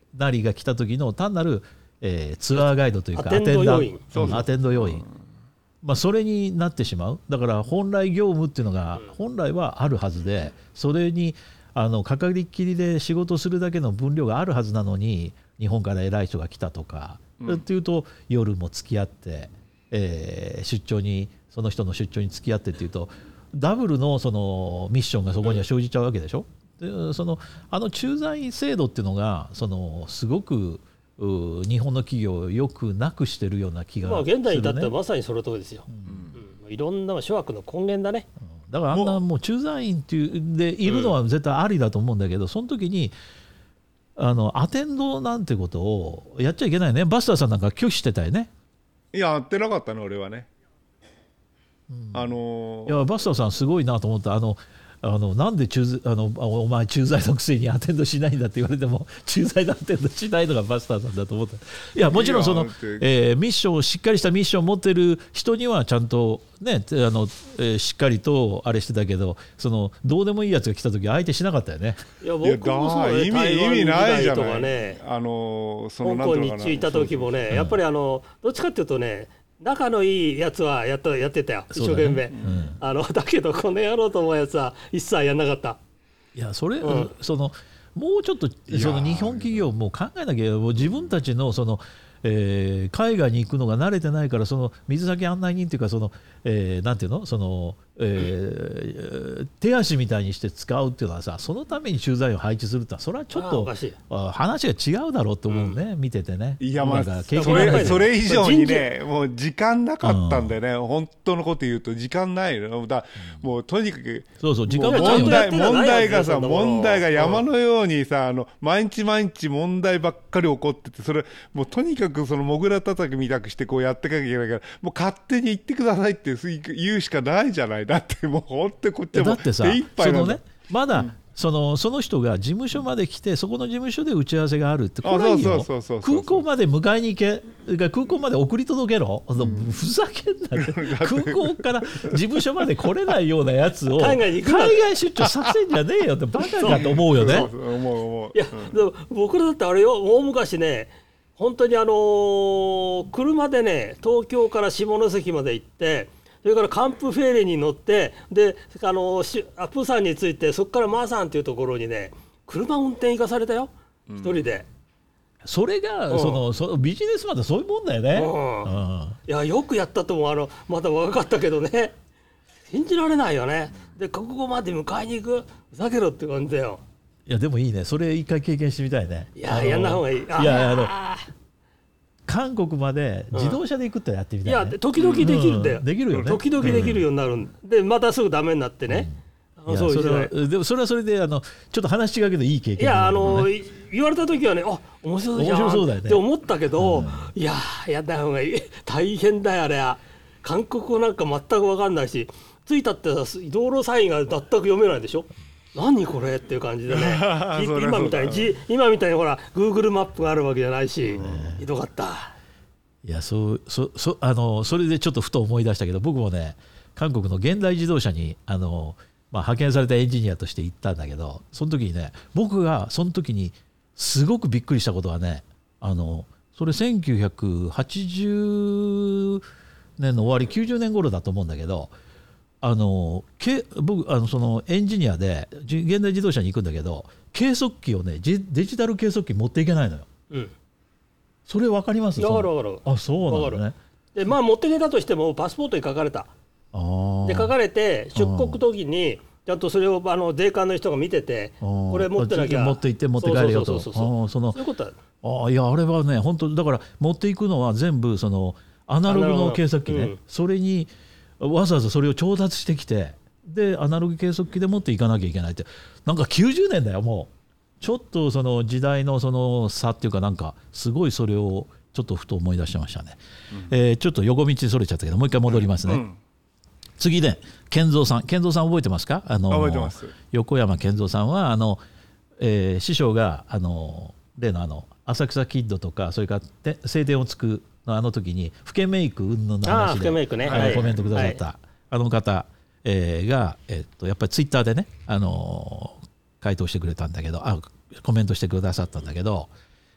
なりが来た時の単なる、えー、ツアーガイドというかアテンド要員、 アテンド要員、まあ、それになってしまう。だから本来業務っていうのが本来はあるはずで、それにあのかかりっきりで仕事するだけの分量があるはずなのに、日本から偉い人が来たとか、うん、っていうと夜も付き合って、えー、出張にその人の出張に付き合ってっていうとダブルのそのミッションがそこには生じちゃうわけでしょ。でそのあの駐在員制度っていうのがそのすごく日本の企業をよくなくしてるような気がするね。 まあ現代に至ってはまさにその通りですよ、うんうん、いろんな諸悪の根源だね、 うん、だからあんなもう駐在員っていうでいるのは絶対ありだと思うんだけど、その時にあのアテンドなんてことをやっちゃいけないね。バスターさんなんか拒否してたよね。 いややってなかったの俺はね、うん、あのー、 いやバスターさんすごいなと思った。あのあのなんで駐あのお前駐在のくせにアテンドしないんだって言われても駐在のアテンドしないのがバスターさんだと思った。いやもちろんその、えー、ミッションをしっかりしたミッションを持ってる人にはちゃんとねあの、えー、しっかりとあれしてたけど、そのどうでもいいやつが来た時相手しなかったよね。 いや僕もそうね、 意味意味ないじゃない。 ね、 あのその香港に行った時もね、やっぱりあのどっちかっていうとね、仲のいいやつはやっとやってたよ、一生懸命、ね、うん、あのだけどこの野郎と思うやつは一切やんなかった。 いやそれ、うん、そのもうちょっとその日本企業も考えなきゃ、もう自分たちのその、えー、海外に行くのが慣れてないから、その水先案内人っていうかその、えー、なんていうのその、えー、手足みたいにして使うっていうのはさ、そのために駐在員を配置するってのはそれはちょっと話が違うだろうと思うね、うん、見ててね。 いやまあそれ、それ以上にねもう時間なかったんでね、うん、本当のこと言うと時間ないのだ、もうとにかくそうそう時間が問題問題がさ問題が山のようにさ、あの毎日毎日問題ばっかり起こってて、それもうとにかくそのモグラ叩きみたくしてこうやっていかなきゃいけないから、もう勝手に行ってくださいって言うしかないじゃない。だってもう本当にこっちはもう手一杯なんだ。 ね、まだ、うん、そのその人が事務所まで来て、そこの事務所で打ち合わせがあるって、これはいいよ。空港まで迎えに行け、空港まで送り届けろ、うん、ふざけんなって空港から事務所まで来れないようなやつを海外出張させんじゃねえよってバカかと思うよね。そうそう思う思う。いや、うん、僕らだってあれよ、大昔ね、本当にあのー、車でね東京から下関まで行って、それからカンプフェリーに乗って、であのプサンに着いて、そこからマーサンっていうところにね車運転行かされたよ、うん、一人で。 それが、うん、そのそのビジネスマンってそういうもんだよね、うんうん、 いやよくやったと思う。あのまだ若かったけどね、信じられないよね。でここまで迎えに行く、ふざけろって感じだよ。 いやでもいいね、それ一回経験してみたいね。 いややんな方がいい。いやあの韓国まで自動車で行くってやってみたい、ね、 いや時々できるんだよ、 うん、できるよね。 時々できるようになるんで、またすぐダメになってね、 うん、いやそれはでもそれはそれであのちょっと話違うけどいい経験、ね、 いやあの言われた時はね、あ面白いじゃん面白そうだよ、ね、って思ったけど、うん、いややった方がいい、大変だよあれは。韓国語なんか全く分かんないし、着いたってさ道路サインが全く読めないでしょ。何これっていう感じでね今みたいに今みたいにほら Google マップがあるわけじゃないし、ひどかった。 いやそうそそあのそれでちょっとふと思い出したけど、僕もね韓国の現代自動車にあの、まあ、派遣されたエンジニアとして行ったんだけど、その時にね僕がその時にすごくびっくりしたことはね、あのそれせんきゅうひゃくはちじゅうねんの終わりきゅうじゅうねん頃だと思うんだけど、あのけ僕あのそのエンジニアで現代自動車に行くんだけど、計測器をねデジタル計測器持っていけないのよ、うん、それ分かります？ 分かる分かる。 あそうなんだね。 でまあ持っていけたとしてもパスポートに書かれた。あで書かれて出国時にちゃんとそれをあの税関の人が見てて、これ持ってなきゃ持って行って持って帰れよと。 そういうことだ。 あいやあれはね本当だから持っていくのは全部そのアナログの計測器ね、うん、それにわざわざそれを調達してきて、でアナログ計測器で持っていかなきゃいけないって、なんかきゅうじゅうねんだよ。もうちょっとその時代のその差っていうか、なんかすごいそれをちょっとふと思い出してましたね、うんえー、ちょっと横道それちゃったけどもう一回戻りますね、うん、次ね健三さん健三さん覚えてますか？あの覚えてます。 横山健三さんはあの、えー、師匠があの例のあの浅草キッドとか、それから晴天をつくのあの時に老けメイク云々の話で、 ねはい、コメントくださった、はい、あの方、えー、が、えー、っとやっぱりツイッターでね、あのー、回答してくれたんだけど、あコメントしてくださったんだけど、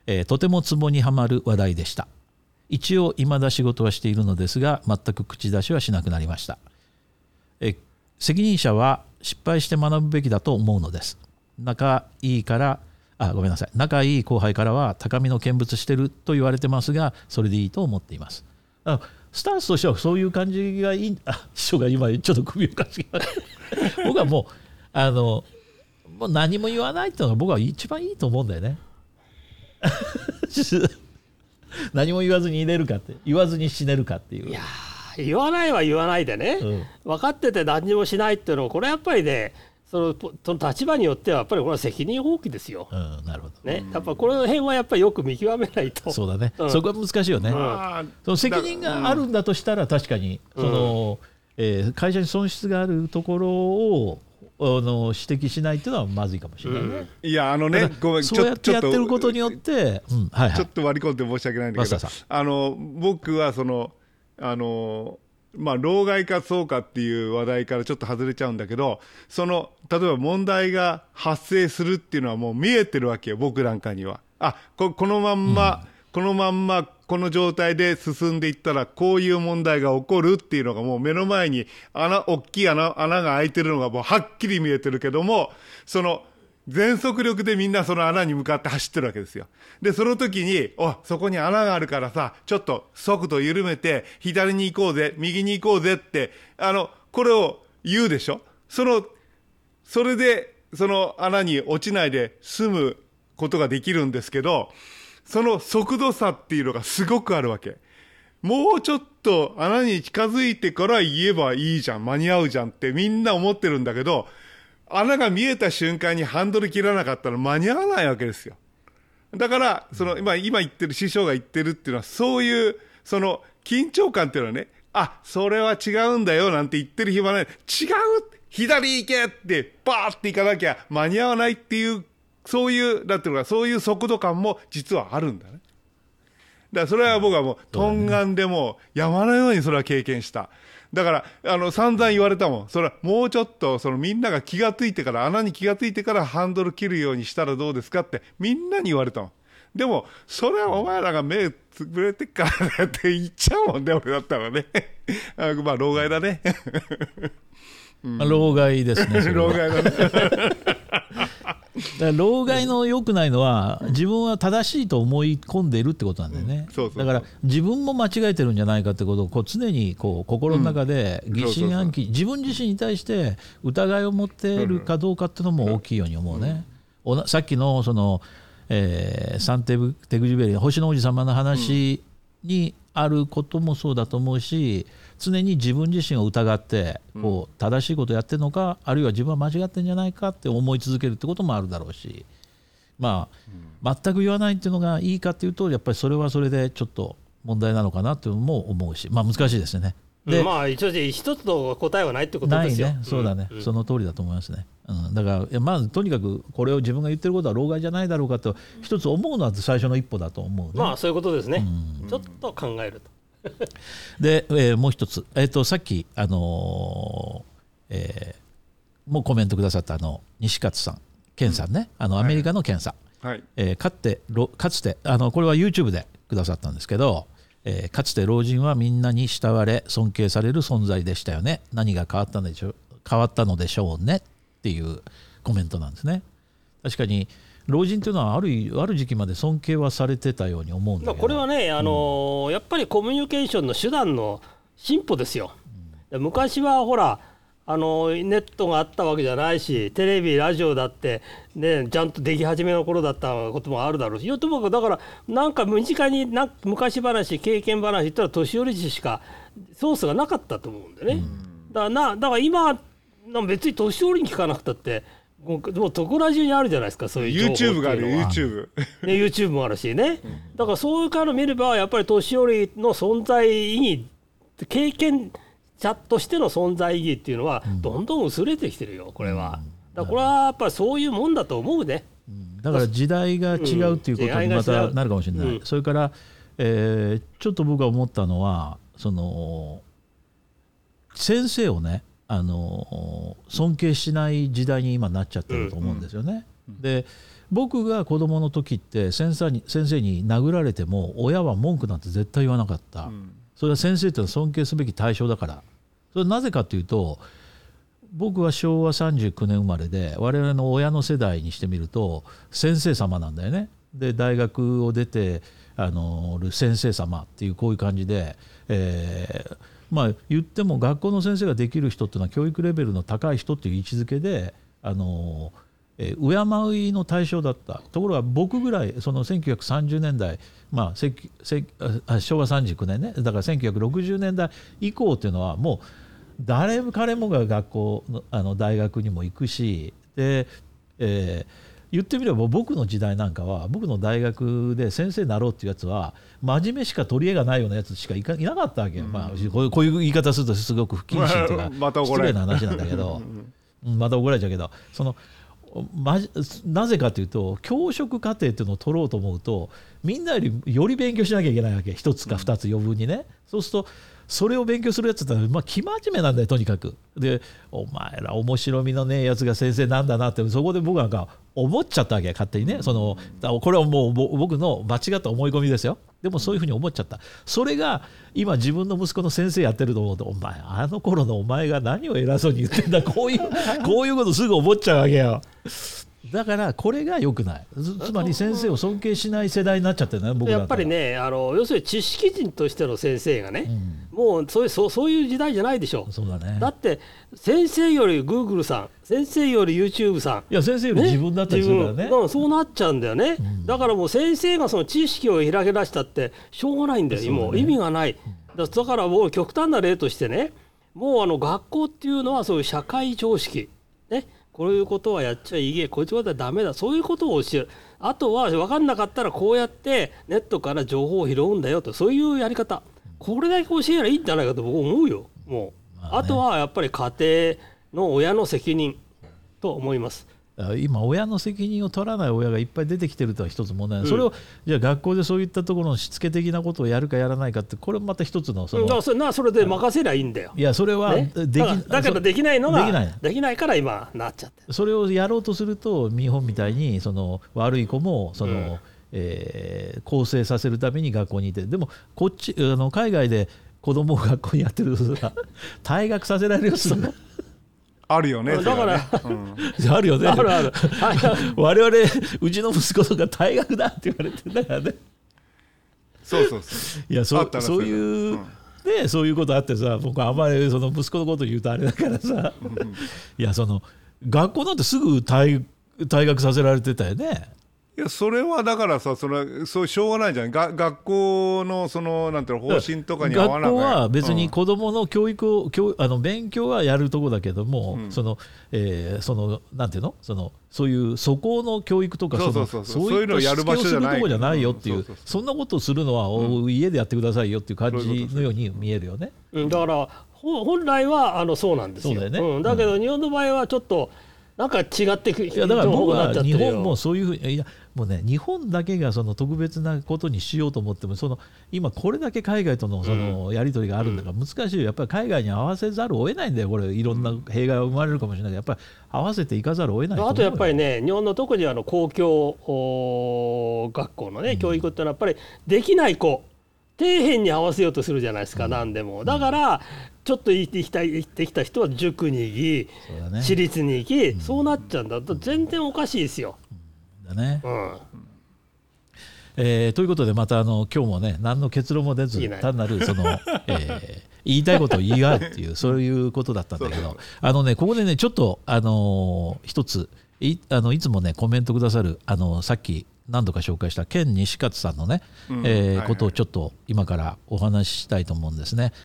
えー、とてもツボにはまる話題でした。一応未だ仕事はしているのですが、全く口出しはしなくなりました。えー、責任者は失敗して学ぶべきだと思うのです。仲いいからあごめんなさい仲いい後輩からは高みの見物してると言われてますが、それでいいと思っています。あスタンスとしてはそういう感じがいい。あ師匠が今ちょっと首をかしげました僕はもうあのもう何も言わないっていうのが僕は一番いいと思うんだよね何も言わずに入れるかって、言わずに死ねるかっていう。 いや言わないは言わないでね、うん、分かってて何もしないっていうのはこれやっぱりね、そのその立場によってはやっぱりこれは責任放棄ですよ、 うん、なるほどね、やっぱこの辺はやっぱりよく見極めないと。 そうだね、 うん、 そこは難しいよね、うん、その責任があるんだとしたら確かにその、うんえー、会社に損失があるところをあの指摘しないっていうのはまずいかもしれないね、うん、 いやあのねごめんそうやってやってることによって、うんはいはい、 ちょっと割り込んで申し訳ないんだけど、あの僕はそのあのまあ、老害かそうかっていう話題からちょっと外れちゃうんだけど、その例えば問題が発生するっていうのはもう見えてるわけよ、僕なんかには。あ こ, このまんま、うん、このまんまこの状態で進んでいったらこういう問題が起こるっていうのがもう目の前に穴大きい 穴, 穴が開いてるのがもうはっきり見えてるけども、その全速力でみんなその穴に向かって走ってるわけですよ。でその時におそこに穴があるからさちょっと速度緩めて左に行こうぜ右に行こうぜってあのこれを言うでしょ。そのそれでその穴に落ちないで済むことができるんですけど、その速度差っていうのがすごくあるわけ。もうちょっと穴に近づいてから言えばいいじゃん、間に合うじゃんってみんな思ってるんだけど、穴が見えた瞬間にハンドル切らなかったら間に合わないわけですよ。だからその 今, 今言ってる師匠が言ってるっていうのはそういうその緊張感っていうのはね、あそれは違うんだよなんて言ってる暇ない、違う左行けってバーって行かなきゃ間に合わないっていうそういうなんていうのかそういう速度感も実はあるんだね。だからそれは僕はもうトンガンでも山のようにそれは経験した。だからあの散々言われたもん。それはもうちょっとそのみんなが気がついてから穴に気がついてからハンドル切るようにしたらどうですかってみんなに言われたもん。でもそれはお前らが目つぶれてっからねって言っちゃうもんね、俺だったらねあまあ老害だねうん、老害ですね老害だねだから老害の良くないのは自分は正しいと思い込んでいるってことなんだよね、うん、そうそうそうだから自分も間違えてるんじゃないかってことをこう常にこう心の中で疑心暗鬼、自分自身に対して疑いを持っているかどうかっていうのも大きいように思うね、うん、さっきのその、えー、サンテグテグジュベリー星の王子様の話にあることもそうだと思うし、常に自分自身を疑ってこう正しいことをやってるのか、あるいは自分は間違ってるんじゃないかって思い続けるってこともあるだろうし、まあ全く言わないっていうのがいいかっていうとやっぱりそれはそれでちょっと問題なのかなっていうのも思うし、まあ難しいですね。で、 うん、まあ一応一つの答えはないってことですよ。 ないね、そうだね、うん、その通りだと思いますね、うん、だからまずとにかくこれを自分が言ってることは老害じゃないだろうかと一つ思うのは最初の一歩だと思うね。 まあそういうことですね、うん、ちょっと考えるとで、えー、もう一つ、えー、とさっき、あのーえー、もうコメントくださったあの西勝さん、健さんね、あのアメリカの健さん、はいえー、かってかつてあのこれは YouTube でくださったんですけど、えー、かつて老人はみんなに慕われ尊敬される存在でしたよね。何が変わったのでしょう、変わったのでしょうねっていうコメントなんですね。確かに老人というのはある、ある時期まで尊敬はされてたように思うんだけど、 これはね、あのーうん、やっぱりコミュニケーションの手段の進歩ですよ、うん、昔はほらあのネットがあったわけじゃないし、テレビラジオだって、ね、ちゃんとでき始めの頃だったこともあるだろうし、よともかくだからなんか身近にな昔話経験話言ったら年寄りしかソースがなかったと思うんでね、うん、だからなだから今別に年寄りに聞かなくたってもうどこら中にあるじゃないですか、そういう情報っていうのは YouTube がある YouTube、ね、YouTube もあるしね、だからそういうから見ればやっぱり年寄りの存在意義、経験者としての存在意義っていうのはどんどん薄れてきてるよ、これは。だからこれはやっぱりそういうもんだと思うね。 だから時代が違うっていうことにまたなるかもしれない、うん、それから、えー、ちょっと僕が思ったのはその先生をねあの尊敬しない時代に今なっちゃってると思うんですよね、 で僕が子供の時って先生に先生に殴られても親は文句なんて絶対言わなかった、うん、それは先生っていうのは尊敬すべき対象だから。それはなぜかというと僕はしょうわさんじゅうきゅうねん生まれで我々の親の世代にしてみると先生様なんだよね。で大学を出てあの先生様っていうこういう感じで、えー、まあ言っても学校の先生ができる人っていうのは教育レベルの高い人っていう位置づけであの、えー、敬いの対象だった。ところが僕ぐらいそのせんきゅうひゃくさんじゅうねんだい、まあ、しょうわさんじゅうきゅうねんね、だからせんきゅうひゃくろくじゅうねんだい以降っていうのはもう誰も彼もが学校の、あの大学にも行くしで、えー、言ってみれば僕の時代なんかは僕の大学で先生になろうっていうやつは真面目しか取り柄がないようなやつしかいかいなかったわけよ、うんまあ、こういう、こういう言い方するとすごく不謹慎というかまた失礼な話なんだけどまた怒られちゃうけどそのま、なぜかというと教職課程っていうのを取ろうと思うとみんなよりより勉強しなきゃいけないわけ一つか二つ余分にね、うん、そうするとそれを勉強するやつってのは、まあ、生真面目なんだよとにかく。でお前ら面白みのねえやつが先生なんだなってそこで僕なんか思っちゃったわけ勝手にね。そのこれはもう僕の間違った思い込みですよ。でもそういうふうに思っちゃった。それが今自分の息子の先生やってると思うとお前あの頃のお前が何を偉そうに言ってんだこういうこういうことすぐ思っちゃうわけよ。だからこれが良くない。つまり先生を尊敬しない世代になっちゃってるね僕だったら。やっぱりねあの要するに知識人としての先生がね、うん、もうそういう、そう、そういう時代じゃないでしょ。 そうだね。 だって先生より Google さん先生より YouTube さんいや先生より自分だったりするからね、 ね、そうなっちゃうんだよね、うん、だからもう先生がその知識を開け出したってしょうがないんだよ、ね、もう意味がない。だからもう極端な例としてねもうあの学校っていうのはそういう社会常識ねこういうことはやっちゃいけこういうことはダメだそういうことを教える。あとは分かんなかったらこうやってネットから情報を拾うんだよとそういうやり方これだけ教えればいいんじゃないかと僕思うよ。もう、まあね、あとはやっぱり家庭の親の責任と思います。 今親の責任を取らない親がいっぱい出てきてるとは一つ問題ない、うん、それをじゃあ学校でそういったところのしつけ的なことをやるかやらないかってこれもまた一つのその、 うん、だからそれで任せりゃいいんだよ。 いやそれはでき、ね、 だけどできないのができない、できないから今なっちゃってそれをやろうとすると日本みたいにその悪い子もその、うんえー、更生させるために学校にいてでもこっちあの海外で子供を学校にやってるとさ退学させられるよするあるよね。 だから、 ねうん、あるよね。あるある。我々うちの息子とか退学だって言われてんだからね。 そうそうそう。 いや そ, そういう、うん、でそういうことあってさ僕はあんまりその息子のこと言うとあれだからさいやその学校なんてすぐ 退, 退学させられてたよね。 いやそれはだからさそれそうしょうがないじゃん。が学校のそのなんていうの方針とかに合わない。学校は別に子どもの教育を、うん、教あの勉強はやるとこだけども、うん、その、えー、そのなんていうのそのそういう素行の教育とかそういうのをやる場所じゃない。 そういうとこじゃないよっていう、そんなことをするのは、うん、家でやってくださいよっていう感じのように見えるよね。 うん、だから本来はあのそうなんですよ。そうだよね。うん、だけど日本の場合はちょっとなんか違ってくる。 いやだから僕は日本もそういうふうにいやもうね日本だけがその特別なことにしようと思ってもその今これだけ海外とのそのやり取りがあるんだから難しいよ。やっぱり海外に合わせざるを得ないんだよ。これいろんな弊害が生まれるかもしれないけどやっぱり合わせていかざるを得ないと思うよ。 あとやっぱりね日本の特にあの公共学校のね、うん、教育ってのはやっぱりできない子底辺に合わせようとするじゃないですか、うん、何でもだからちょっと行ってきた、行ってきた人は塾に行き、そうだね、私立に行き、うん、そうなっちゃうんだと全然おかしいですよ。 だね、うんえー、ということでまたあの今日もね何の結論も出ず単なるその、えー、言いたいことを言い合うっていうそういうことだったんだけどあのねここでねちょっとあのー、一つ い, あのいつもねコメントくださるあのさっき何度か紹介したケン西勝さんのね、うんえーはいはい、ことをちょっと今からお話ししたいと思うんですね。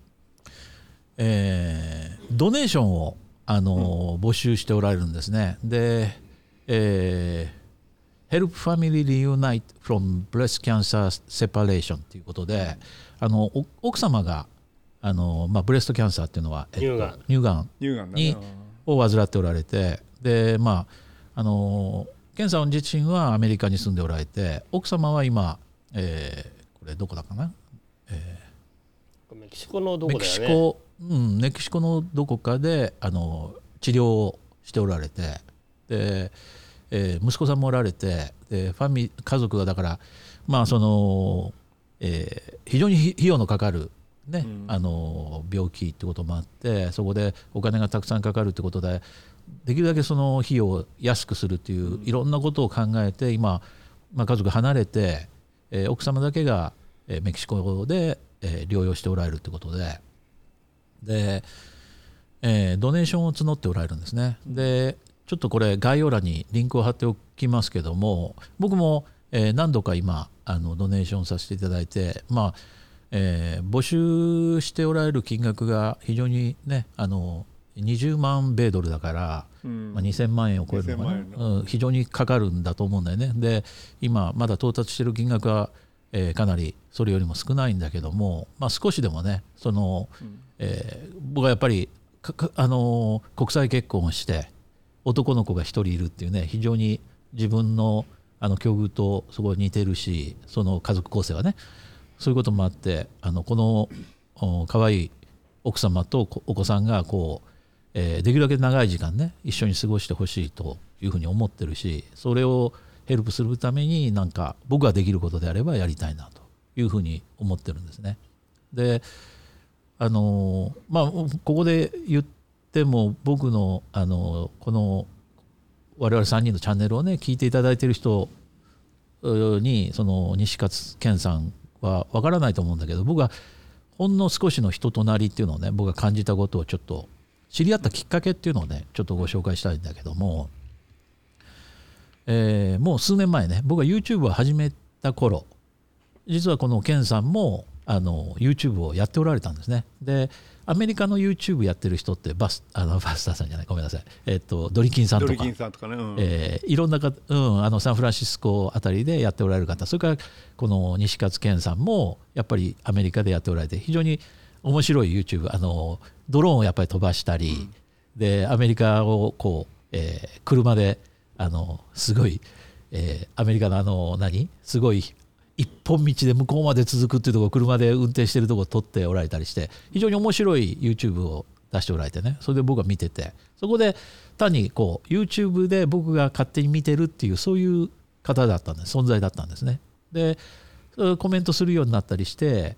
えー、ドネーションを、あのー、募集しておられるんですね。で、えー、Help Family Reunite from Breast Cancer Separation ということであの奥様があの、まあ、ブレストキャンサーっていうのは、えっと、乳がんにを患っておられてで、まああのケンさん自身はアメリカに住んでおられて奥様は今、えー、これどこだかな、えー、メキシコのどこだよね。メキシコうん、メキシコのどこかであの治療をしておられてで、 えー、息子さんもおられて、でファミ家族がだからまあその、えー、非常に費用のかかる、ねうん、あの病気ってこともあって、そこでお金がたくさんかかるってことで、できるだけその費用を安くするっていういろんなことを考えて今、まあ、家族離れて、えー、奥様だけが、えー、メキシコで、えー、療養しておられるってことで、で、えー、ドネーションを募っておられるんですね。でちょっとこれ概要欄にリンクを貼っておきますけども、僕も、えー、何度か今あのドネーションさせていただいて、まあえー、募集しておられる金額が非常にね、あのにじゅうまん米ドルだから、うんまあ、にせんまんえんを超えるのかな、うん、非常にかかるんだと思うんだよね。で今まだ到達している金額は、えー、かなりそれよりも少ないんだけども、まあ、少しでもねその、うんえー、僕はやっぱりかか、あのー、国際結婚をして男の子が一人いるっていうね、非常に自分のあの境遇とすごい似てるし、その家族構成はね、そういうこともあって、あのこの可愛い奥様とお子さんがこう、えー、できるだけ長い時間ね一緒に過ごしてほしいというふうに思ってるし、それをヘルプするためになんか僕ができることであればやりたいなというふうに思ってるんですね。で、あのまあここで言ってでも僕の、あのこの我々さんにんのチャンネルをね聞いていただいている人にその西勝健さんはわからないと思うんだけど、僕はほんの少しの人となりっていうのをね僕が感じたことをちょっと知り合ったきっかけっていうのをねちょっとご紹介したいんだけども、えー、もう数年前ね僕が YouTube を始めた頃、実はこの健さんもあの YouTube をやっておられたんですね。でアメリカの YouTube やってる人ってバスあのバスターさんじゃないごめんなさい、えー、とドリキンさんとかドリキンさんとかね、うんえー、いろんなか、うん、あのサンフランシスコあたりでやっておられる方、それからこの西勝健さんもやっぱりアメリカでやっておられて非常に面白い YouTube、 あのドローンをやっぱり飛ばしたり、うん、でアメリカをこう、えー、車であのすごい、えー、アメリカのあの何すごい一本道で向こうまで続くっていうところを車で運転してるところを撮っておられたりして、非常に面白い YouTube を出しておられてね、それで僕が見てて、そこで単にこう YouTube で僕が勝手に見てるっていうそういう方だったんです、存在だったんですね。でコメントするようになったりして、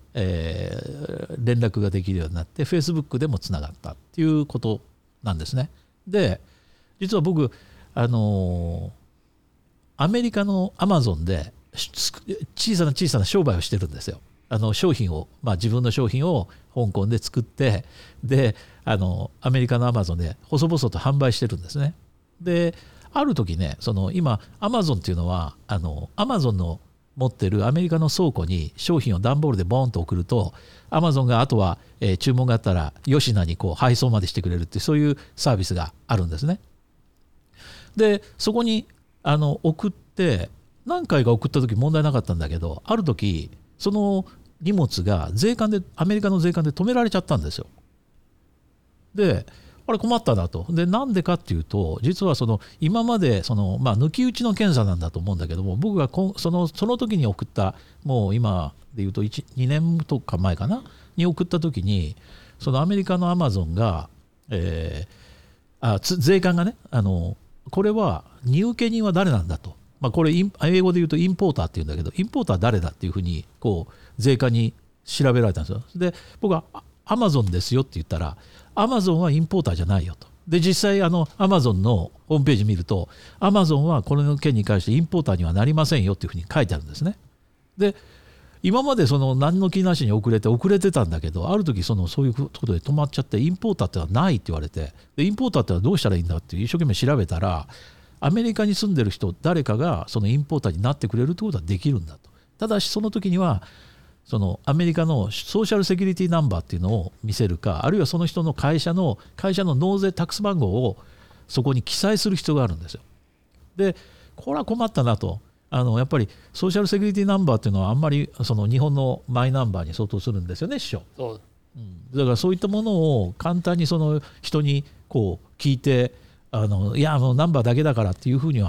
えー、連絡ができるようになって Facebook でもつながったっていうことなんですね。で実は僕あのー、アメリカの Amazon で小さな小さな商売をしてるんですよ。あの商品を、まあ、自分の商品を香港で作って、であのアメリカのアマゾンで細々と販売してるんですね。である時ね、その今アマゾンっていうのはあのアマゾンの持ってるアメリカの倉庫に商品を段ボールでボーンと送ると、アマゾンがあとは、えー、注文があったら吉野にこう配送までしてくれるっていうそういうサービスがあるんですね。でそこにあの送って何回か送った時問題なかったんだけど、ある時その荷物が税関でアメリカの税関で止められちゃったんですよ。であれ困ったなと。でなんでかっていうと、実はその今までその、まあ、抜き打ちの検査なんだと思うんだけども、僕がこそのその時に送ったもう今でいうといちにねんとか前かなに送った時に、そのアメリカのアマゾンが、えー、あ税関がねあのこれは荷受人は誰なんだと、まあ、これ英語で言うとインポーターっていうんだけど、インポーターは誰だっていうふうにこう税関に調べられたんですよ。で僕はアマゾンですよって言ったら、アマゾンはインポーターじゃないよと。で実際あのアマゾンのホームページ見ると、アマゾンはこの件に関してインポーターにはなりませんよっていうふうに書いてあるんですね。で今までその何の気なしに遅れて遅れてたんだけど、ある時そのそういうことで止まっちゃって、インポーターってのはないって言われて、でインポーターってのはどうしたらいいんだって一生懸命調べたら、アメリカに住んでる人誰かがそのインポーターになってくれるってことはできるんだと。ただしその時にはそのアメリカのソーシャルセキュリティナンバーっていうのを見せるか、あるいはその人の会社の会社の納税タックス番号をそこに記載する必要があるんですよ。でこれは困ったなと。あのやっぱりソーシャルセキュリティナンバーっていうのはあんまりその日本のマイナンバーに相当するんですよね、師匠。そう、うん、だからそういったものを簡単にその人にこう聞いて、あのいやもうナンバーだけだからっていうふうには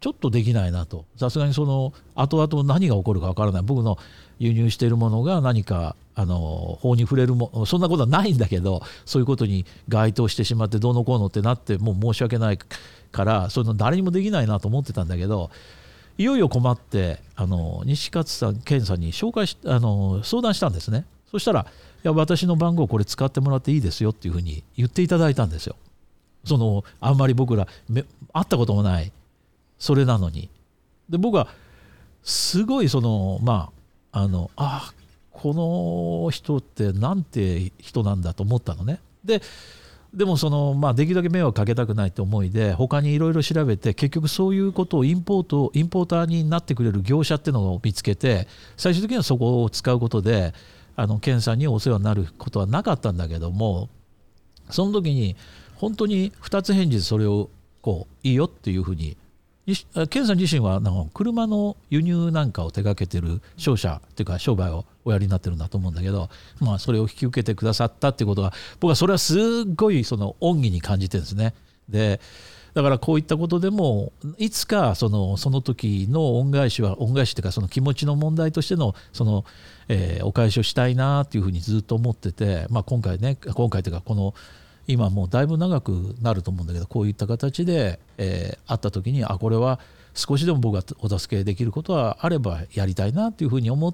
ちょっとできないなと。さすがにその後々何が起こるかわからない、僕の輸入しているものが何かあの法に触れるも、そんなことはないんだけど、そういうことに該当してしまってどうのこうのってなって、もう申し訳ないからそういうの誰にもできないなと思ってたんだけど、いよいよ困ってあの西勝さん健さんに紹介しあの相談したんですね。そしたら、いや私の番号これ使ってもらっていいですよっていうふうに言っていただいたんですよ。そのあんまり僕らめ会ったこともないそれなのに。で僕はすごいそのまああのあこの人ってなんて人なんだと思ったのね。ででもその、まあ、できるだけ迷惑かけたくないって思いで他にいろいろ調べて、結局そういうことをインポートインポーターになってくれる業者っていうのを見つけて、最終的にはそこを使うことであの健さんにお世話になることはなかったんだけども、その時に本当に二つ返事でそれをこういいよっていうふうに、健さん自身はなんか車の輸入なんかを手掛けてる商社っていうか商売をおやりになってるんだと思うんだけど、まあ、それを引き受けてくださったっていうことが、僕はそれはすっごいその恩義に感じてるんですね。でだからこういったことでもいつかそのその時の恩返しは恩返しというかその気持ちの問題としてのその、えー、お返しをしたいなっていうふうにずっと思ってて、まあ、今回ね今回というかこの今もうだいぶ長くなると思うんだけど、こういった形で、えー、会った時にあこれは少しでも僕がお助けできることはあればやりたいなというふうに思って、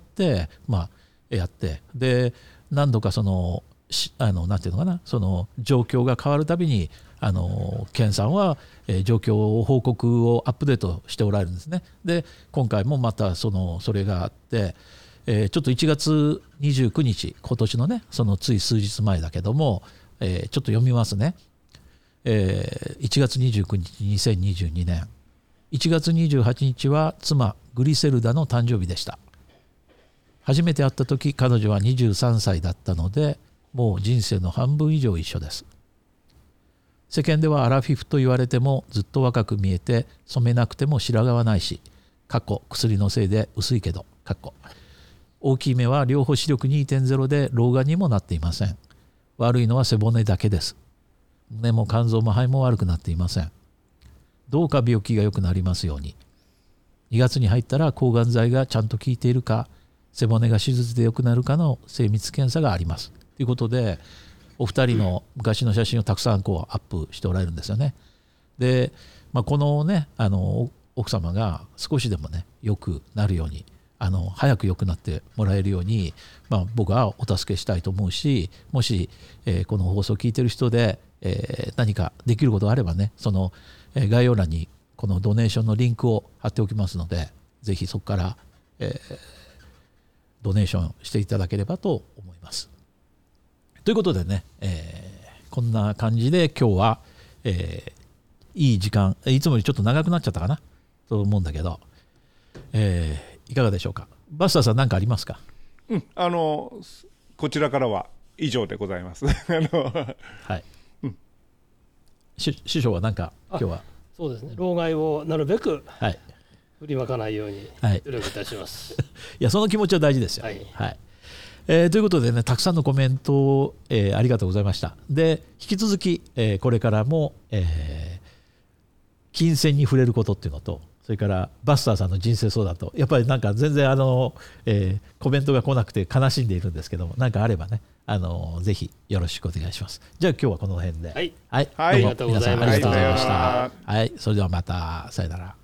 まあ、やってで何度かそのあのなんていうのかな、その状況が変わるたびにあの健さんは、えー、状況を報告をアップデートしておられるんですね。で今回もまたそのそれがあって、えー、ちょっといちがつにじゅうくにち今年のねそのつい数日前だけども、えー、ちょっと読みますね、えー、いちがつにじゅうくにちにせんにじゅうにねんいちがつにじゅうはちにちは妻グリセルダの誕生日でした。初めて会った時彼女はにじゅうさんさいだったので、もう人生の半分以上一緒です。世間ではアラフィフと言われてもずっと若く見えて、染めなくても白髪はないし、過去薬のせいで薄いけど過去大きい目は両方視力 にてんゼロ で老眼にもなっていません。悪いのは背骨だけです。胸も肝臓も肺も悪くなっていません。どうか病気が良くなりますように。にがつに入ったら抗がん剤がちゃんと効いているか、背骨が手術で良くなるかの精密検査がありますということで、お二人の昔の写真をたくさんこうアップしておられるんですよね。で、まあ、このねあの奥様が少しでもね良くなるように、あの早く良くなってもらえるように、まあ、僕はお助けしたいと思うし、もし、えー、この放送を聞いている人で、えー、何かできることがあればね、その、えー、概要欄にこのドネーションのリンクを貼っておきますので、ぜひそこから、えー、ドネーションしていただければと思います。ということでね、えー、こんな感じで今日は、えー、いい時間、いつもよりちょっと長くなっちゃったかなと思うんだけど、えーいかがでしょうか。バスターさん何かありますか。 うん、あのこちらからは以上でございます。あのはい、うん、師匠は何か今日は。 そうですね、老害をなるべくはい振りまかないように努力いたします、 はい、いやその気持ちは大事ですよ。 はいはい、えー、ということでね、たくさんのコメントを、えー、ありがとうございました。で引き続き、えー、これからも、えー、金銭に触れることっていうのと、それからバスターさんの人生相談と、やっぱりなんか全然あの、えー、コメントが来なくて悲しんでいるんですけども、何かあればね、あのぜひよろしくお願いします。じゃあ今日はこの辺で、 はい、 はい、 ありがとうございました。 はい、それではまた、さよなら。